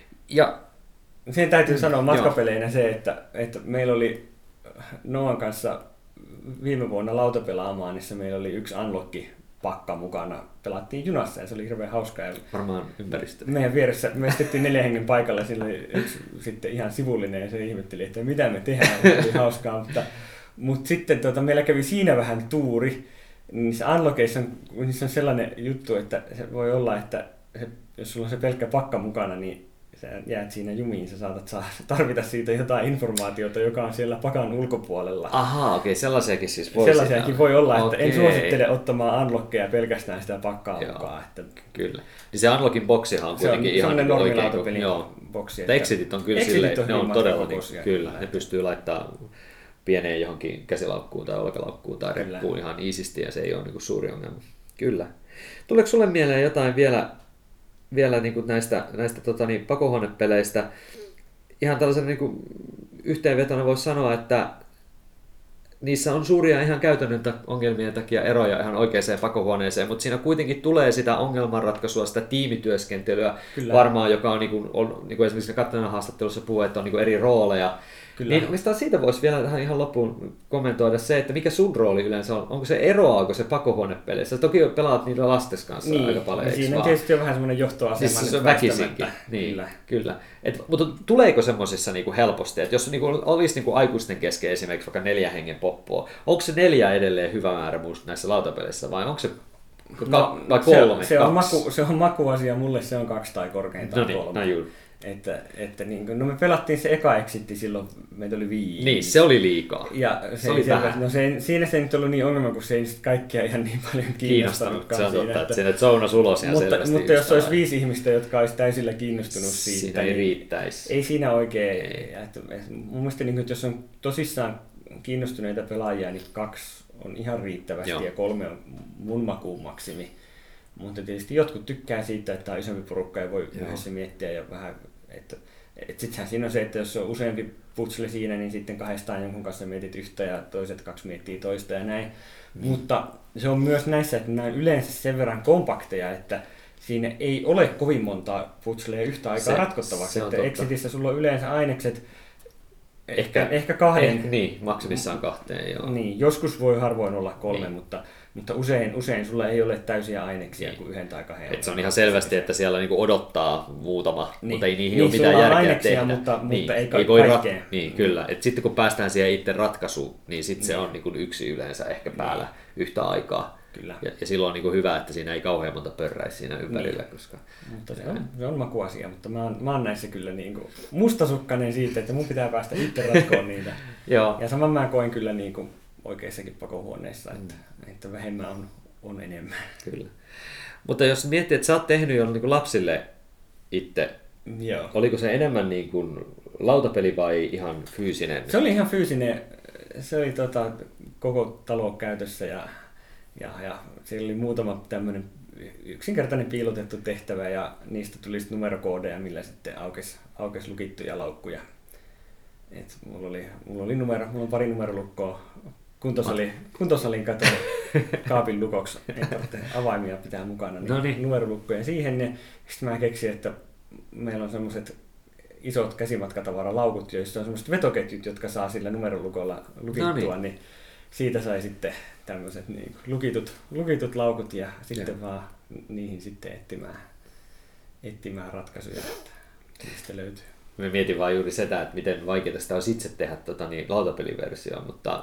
Ja sen täytyy sanoa matkapeleinä se, että, että meillä oli Noan kanssa viime vuonna lautapelaamaan, niin meillä oli yksi Unlock-pakka mukana. Pelattiin junassa ja se oli hirveän hauskaa. Varmaan ympäristö. Meidän vieressä me istettiin neljän hengen paikalla, sillä oli yksi sitten ihan sivullinen ja se ihmetteli, että mitä me tehdään, se oli hauskaa. Mutta, mutta sitten tuota, meillä kävi siinä vähän tuuri. Niissä Unlockeissa on, niissä on sellainen juttu, että se voi olla, että se, jos sulla on se pelkkä pakka mukana, niin sä jäät siinä jumiin, sä saatat saa tarvita siitä jotain informaatiota, joka on siellä pakan ulkopuolella. Ahaa, okei, okay, sellaisiakin siis voi Sellaisiakin voi olla, että okay. en suosittele ottamaan Unlockeja pelkästään sitä pakkaa joo, mukaan. Että kyllä. Niin se Unlockin boksihan on kuitenkin se on, ihan se on oikein. Lautapelin boksi. Että Exitit on kyllä Exitit silleen, on ne on todella, niin, boksi, kyllä, ne pystyy laittamaan pieneen johonkin käsilaukkuun tai olkalaukkuun tai kyllä. reppuun ihan iisisti ja se ei ole niin kuin suuri ongelma. Kyllä. Tuleeko sulle mieleen jotain vielä vielä niin kuin näistä, näistä tota, niin, pakohuonepeleistä. Ihan tällaisen niin kuin yhteenvetona voisi sanoa, että niissä on suuria ihan käytännön ongelmien takia eroja ihan oikeaan pakohuoneeseen, mutta siinä kuitenkin tulee sitä ongelmanratkaisua, sitä tiimityöskentelyä Kyllä. varmaan, joka on, niin kuin, on niin kuin esimerkiksi Katlenan haastattelussa puhuu, että on niin kuin eri rooleja. Kyllä. Niin oikeastaan siitä voisi vielä tähän ihan loppuun kommentoida se, että mikä sun rooli yleensä on. Onko se eroaako se pakohuonepeleissä? Toki pelaat niitä lastes kanssa niin, aika paljon, siinä on tietysti jo vähän semmoinen johtoasema. Siis se on väkisinkin. Niin, kyllä. kyllä. Et, mutta tuleeko semmoisissa niinku helposti, että jos niinku olisi niinku aikuisten kesken esimerkiksi vaikka neljä hengen poppoa, onko se neljä edelleen hyvä määrä näissä lautapeleissä vai onko se no, vai kolme? Se, se, on maku, se on makuasia, mulle se on kaksi tai korkeintaan no niin, kolme. No juuri. Että, että niin kuin, no me pelattiin se eka exitti silloin, meitä oli viisi. Niin, se oli liikaa. Ja se, se oli se, vähän. No se, siinä se ei nyt ollut niin ongelma, kun se ei kaikkia ihan niin paljon kiinnostanutkaan. Se on totta, siinä, että siinä zoonas ulos ihan mutta, selvästi. Mutta jos olisi viisi ihmistä, jotka olisi täysillä kiinnostunut siitä, siitä ei riittäisi. Ei siinä oikein. Ei. Että, mun mielestä niin kuin, että jos on tosissaan kiinnostuneita pelaajia, niin kaksi on ihan riittävästi Joo. ja kolme on mun makuun maksimi. Mutta tietysti jotkut tykkää siitä, että on isompi porukka ja voi Joo. yhdessä miettiä ja vähän, että et sittenhän siinä on se, että jos on useampi putsle siinä, niin sitten kahdestaan jonkun kanssa mietit yhtä ja toiset kaksi miettii toista ja näin. Mm. Mutta se on myös näissä, että nämä on yleensä sen verran kompakteja, että siinä ei ole kovin montaa putsleja yhtä aikaa se, ratkottavaksi. Se että Exitissä sulla on yleensä ainekset Ehkä, ehkä kahden. Eh, niin, maksimissaan kahteen, joo. Niin, joskus voi harvoin olla kolme, niin. mutta, mutta usein, usein sulla ei ole täysiä aineksia niin. kuin yhden tai kahden. Et se on ihan selvästi, että siellä niinku odottaa muutama, niin. mutta ei niihin niin, ole mitään järkeä aineksia, tehdä. Mutta, niin, mutta ei, ka- ei voi kaikkea. Rat- niin, kyllä. Et sitten kun päästään siihen itse ratkaisuun, niin sitten se on niinku yksi yleensä ehkä päällä niin. yhtä aikaa. Kyllä. Ja, ja silloin on niin kuin hyvä, että siinä ei kauhean monta pörräisi siinä ympärillä. Niin. Koska... Mutta se on, se on makuasia, mutta mä oon, mä oon näissä kyllä niin kuin mustasukkainen siitä, että mun pitää päästä itse ratkoon niitä. Joo. Ja saman mä koen kyllä niin kuin oikeissakin pakohuoneissa, että, mm. että vähemmän on, on enemmän. Kyllä. Mutta jos miettii, että sä oot tehnyt jo niin kuin lapsille itse, Joo. oliko se enemmän niin kuin lautapeli vai ihan fyysinen? Se oli ihan fyysinen. Se oli tota, koko talo käytössä ja Ja, ja siellä oli muutama tämmöinen yksinkertainen piilotettu tehtävä ja niistä tuli sitten numerokoodeja, millä sitten aukesi, aukesi lukittuja laukkuja. Et mulla, oli, mulla oli numero, mulla on pari numerolukkoa kuntosali, kuntosalin katon kaapin lukoksi, ei tarvitse avaimia pitää mukana, niin, niin. numerolukkoja siihen. Ja sitten mä keksin, että meillä on semmoiset isot käsimatkatavaralaukut, joissa on semmoiset vetoketjut, jotka saa sillä numerolukolla lukittua, no niin. niin siitä sai sitten tämmöiset niin lukitut, lukitut laukut ja sitten ja. vaan niihin sitten etsimään, etsimään ratkaisuja, että mistä löytyy. Mä mietin vaan juuri sitä, että miten vaikeaa sitä olisi itse tehdä tota, niin, lautapeliversioon, mutta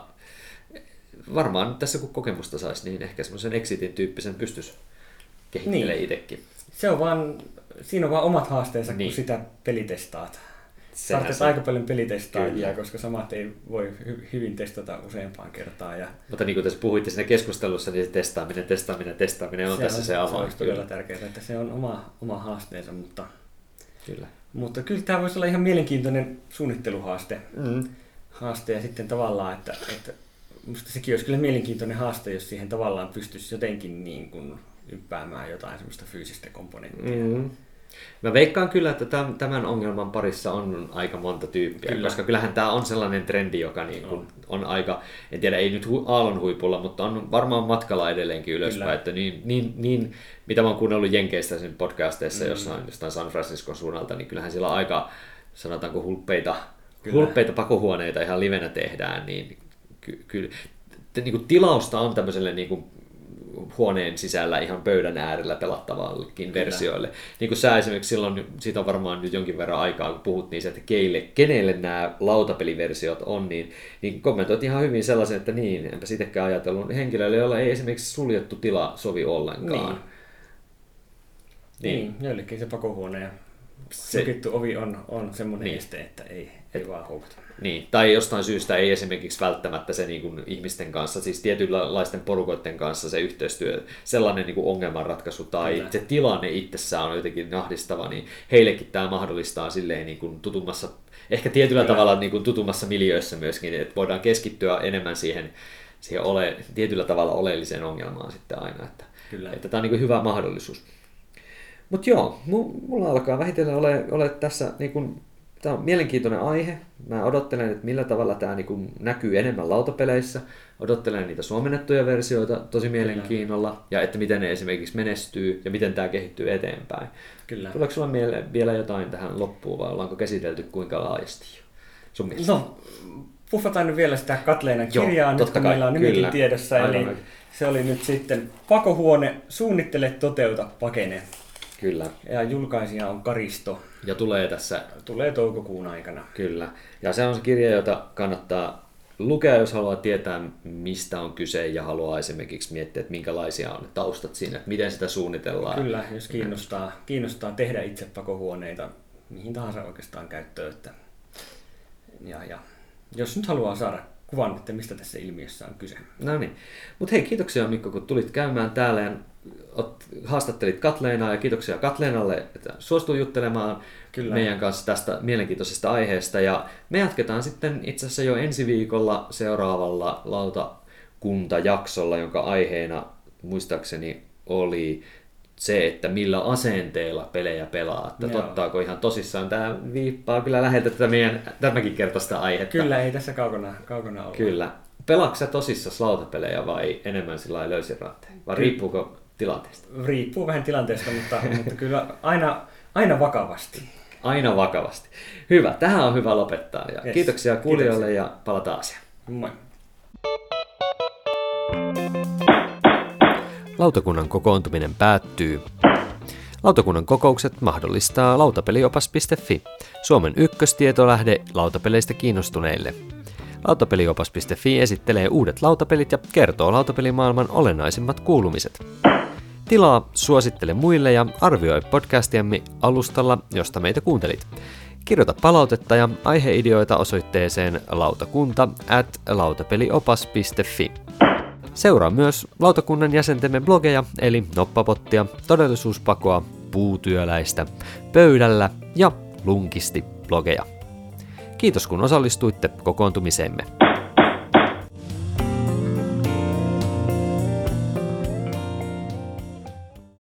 varmaan nyt tässä kun kokemusta saisi, niin ehkä semmoisen Exitin tyyppisen pystyisi kehittelemään niin. itsekin. Se on vaan, siinä on vaan omat haasteensa, niin. kun sitä pelitestaat. Tarvitset aika paljon pelitestaajia, koska samat ei voi hy- hyvin testata useampaan kertaan. Ja mutta niin kuin tässä puhuitte siinä keskustelussa, niin se testaaminen, testaaminen, testaaminen on se tässä on, se avain. Se olisi todella tärkeää, että se on oma, oma haasteensa, mutta kyllä. mutta kyllä tämä voisi olla ihan mielenkiintoinen suunnitteluhaaste. Mm. Haaste ja sitten tavallaan, että, että musta sekin olisi kyllä mielenkiintoinen haaste, jos siihen tavallaan pystyisi jotenkin niin kuin yppäämään jotain semmoista fyysistä komponenttia. Mm. Mä veikkaan kyllä, että tämän ongelman parissa on aika monta tyyppiä, kyllä. koska kyllähän tämä on sellainen trendi, joka niin kuin on. on aika, en tiedä, ei nyt aallon huipulla, mutta on varmaan matkalla edelleenkin ylöspäin, että niin, niin, niin, mitä mä oon kuunnellut Jenkeistä sen podcasteissa mm. jossain, jostain San Franciscon suunnalta, niin kyllähän siellä aika, sanotaanko hulppeita, hulppeita pakohuoneita ihan livenä tehdään, niin ky, ky, niin kuin tilausta on tämmöiselle niin kuin huoneen sisällä ihan pöydän äärellä pelattavallekin versioille. Niin kuin sä esimerkiksi silloin, siitä on varmaan nyt jonkin verran aikaa, kun puhuttiin se, että keille, kenelle nämä lautapeliversiot on, niin, niin kommentoit ihan hyvin sellaisen, että niin, enpä sitäkään ajatellut henkilöille, joilla ei esimerkiksi suljettu tila sovi ollenkaan. Niin, niin. niin joillekin se pakohuone ja se lukittu ovi on, on semmoinen niin. este, että ei, ei vaan houkuta. Niin, tai jostain syystä ei esimerkiksi välttämättä se niin kuin ihmisten kanssa, siis tietynlaisten porukoiden kanssa se yhteistyö, sellainen niin kuin ongelmanratkaisu tai Kyllä. se tilanne itsessään on jotenkin ahdistava, niin heillekin tämä mahdollistaa silleen niin kuin tutummassa, ehkä tietyllä Kyllä. tavalla niin kuin tutummassa miljöössä myöskin, että voidaan keskittyä enemmän siihen, siihen ole, tietyllä tavalla oleelliseen ongelmaan sitten aina, että, että tämä on niin kuin hyvä mahdollisuus. Mutta joo, mulla alkaa vähitellen ole, ole tässä niin kuin tämä on mielenkiintoinen aihe. Mä odottelen, että millä tavalla tämä niin näkyy enemmän lautapeleissä. Odottelen niitä suomennettuja versioita tosi mielenkiinnolla. Kyllä. Ja että miten ne esimerkiksi menestyy ja miten tämä kehittyy eteenpäin. Kyllä. Tuleeko sulla mieleen vielä jotain tähän loppuun vai ollaanko käsitelty kuinka laajasti sun mielestä? No, puffataan nyt vielä sitä Katleenan kirjaa, nyt kun meillä on nimikin tiedossa. Aivan. Eli se oli nyt sitten Pakohuone, suunnittele, toteuta, pakene. Kyllä. Ja julkaisija on Karisto. Ja tulee tässä... Tulee toukokuun aikana. Kyllä. Ja se on se kirja, jota kannattaa lukea, jos haluaa tietää, mistä on kyse ja haluaa esimerkiksi miettiä, että minkälaisia on taustat siinä, että miten sitä suunnitellaan. Kyllä, jos kiinnostaa, kiinnostaa tehdä itse pakohuoneita, mihin tahansa oikeastaan käyttöön. Että... Ja, ja jos nyt haluaa saada kuvan, että mistä tässä ilmiössä on kyse. No niin. Mutta hei, kiitoksia Mikko, kun tulit käymään täällä ja haastattelit Katleenaa ja kiitoksia Katleenalle, että suostui juttelemaan Kyllä. meidän kanssa tästä mielenkiintoisesta aiheesta. Ja me jatketaan sitten itse asiassa jo ensi viikolla seuraavalla lautakuntajaksolla, jonka aiheena muistaakseni oli se, että millä asenteella pelejä pelaa. Että tottaako ihan tosissaan. Tämä viippaa kyllä läheltä tätä meidän tämäkin kertaista aihetta. Kyllä, ei tässä kaukana, kaukana olla. Kyllä. Pelaatko sä tosissaan lautapelejä vai enemmän sillä löysin ratteen? Vai riippuuko tilanteesta? Riippuu vähän tilanteesta, mutta, mutta kyllä aina, aina vakavasti. Aina vakavasti. Hyvä, tähän on hyvä lopettaa. Ja yes. Kiitoksia kuulijoille Kiitoksia. Ja palataan asiaan. Moi. Lautakunnan kokoontuminen päättyy. Lautakunnan kokoukset mahdollistaa lautapeliopas piste fi, Suomen ykköstietolähde lautapeleistä kiinnostuneille. Lautapeliopas piste fi esittelee uudet lautapelit ja kertoo lautapelimaailman olennaisimmat kuulumiset. Tilaa, suosittele muille ja arvioi podcastiamme alustalla, josta meitä kuuntelit. Kirjoita palautetta ja aiheideoita osoitteeseen lautakunta at lautapeliopas piste fi. Seuraa myös lautakunnan jäsentemme blogeja, eli Noppapottia, Todellisuuspakoa, Puutyöläistä, Pöydällä ja Lunkisti blogeja. Kiitos kun osallistuitte kokoontumiseemme.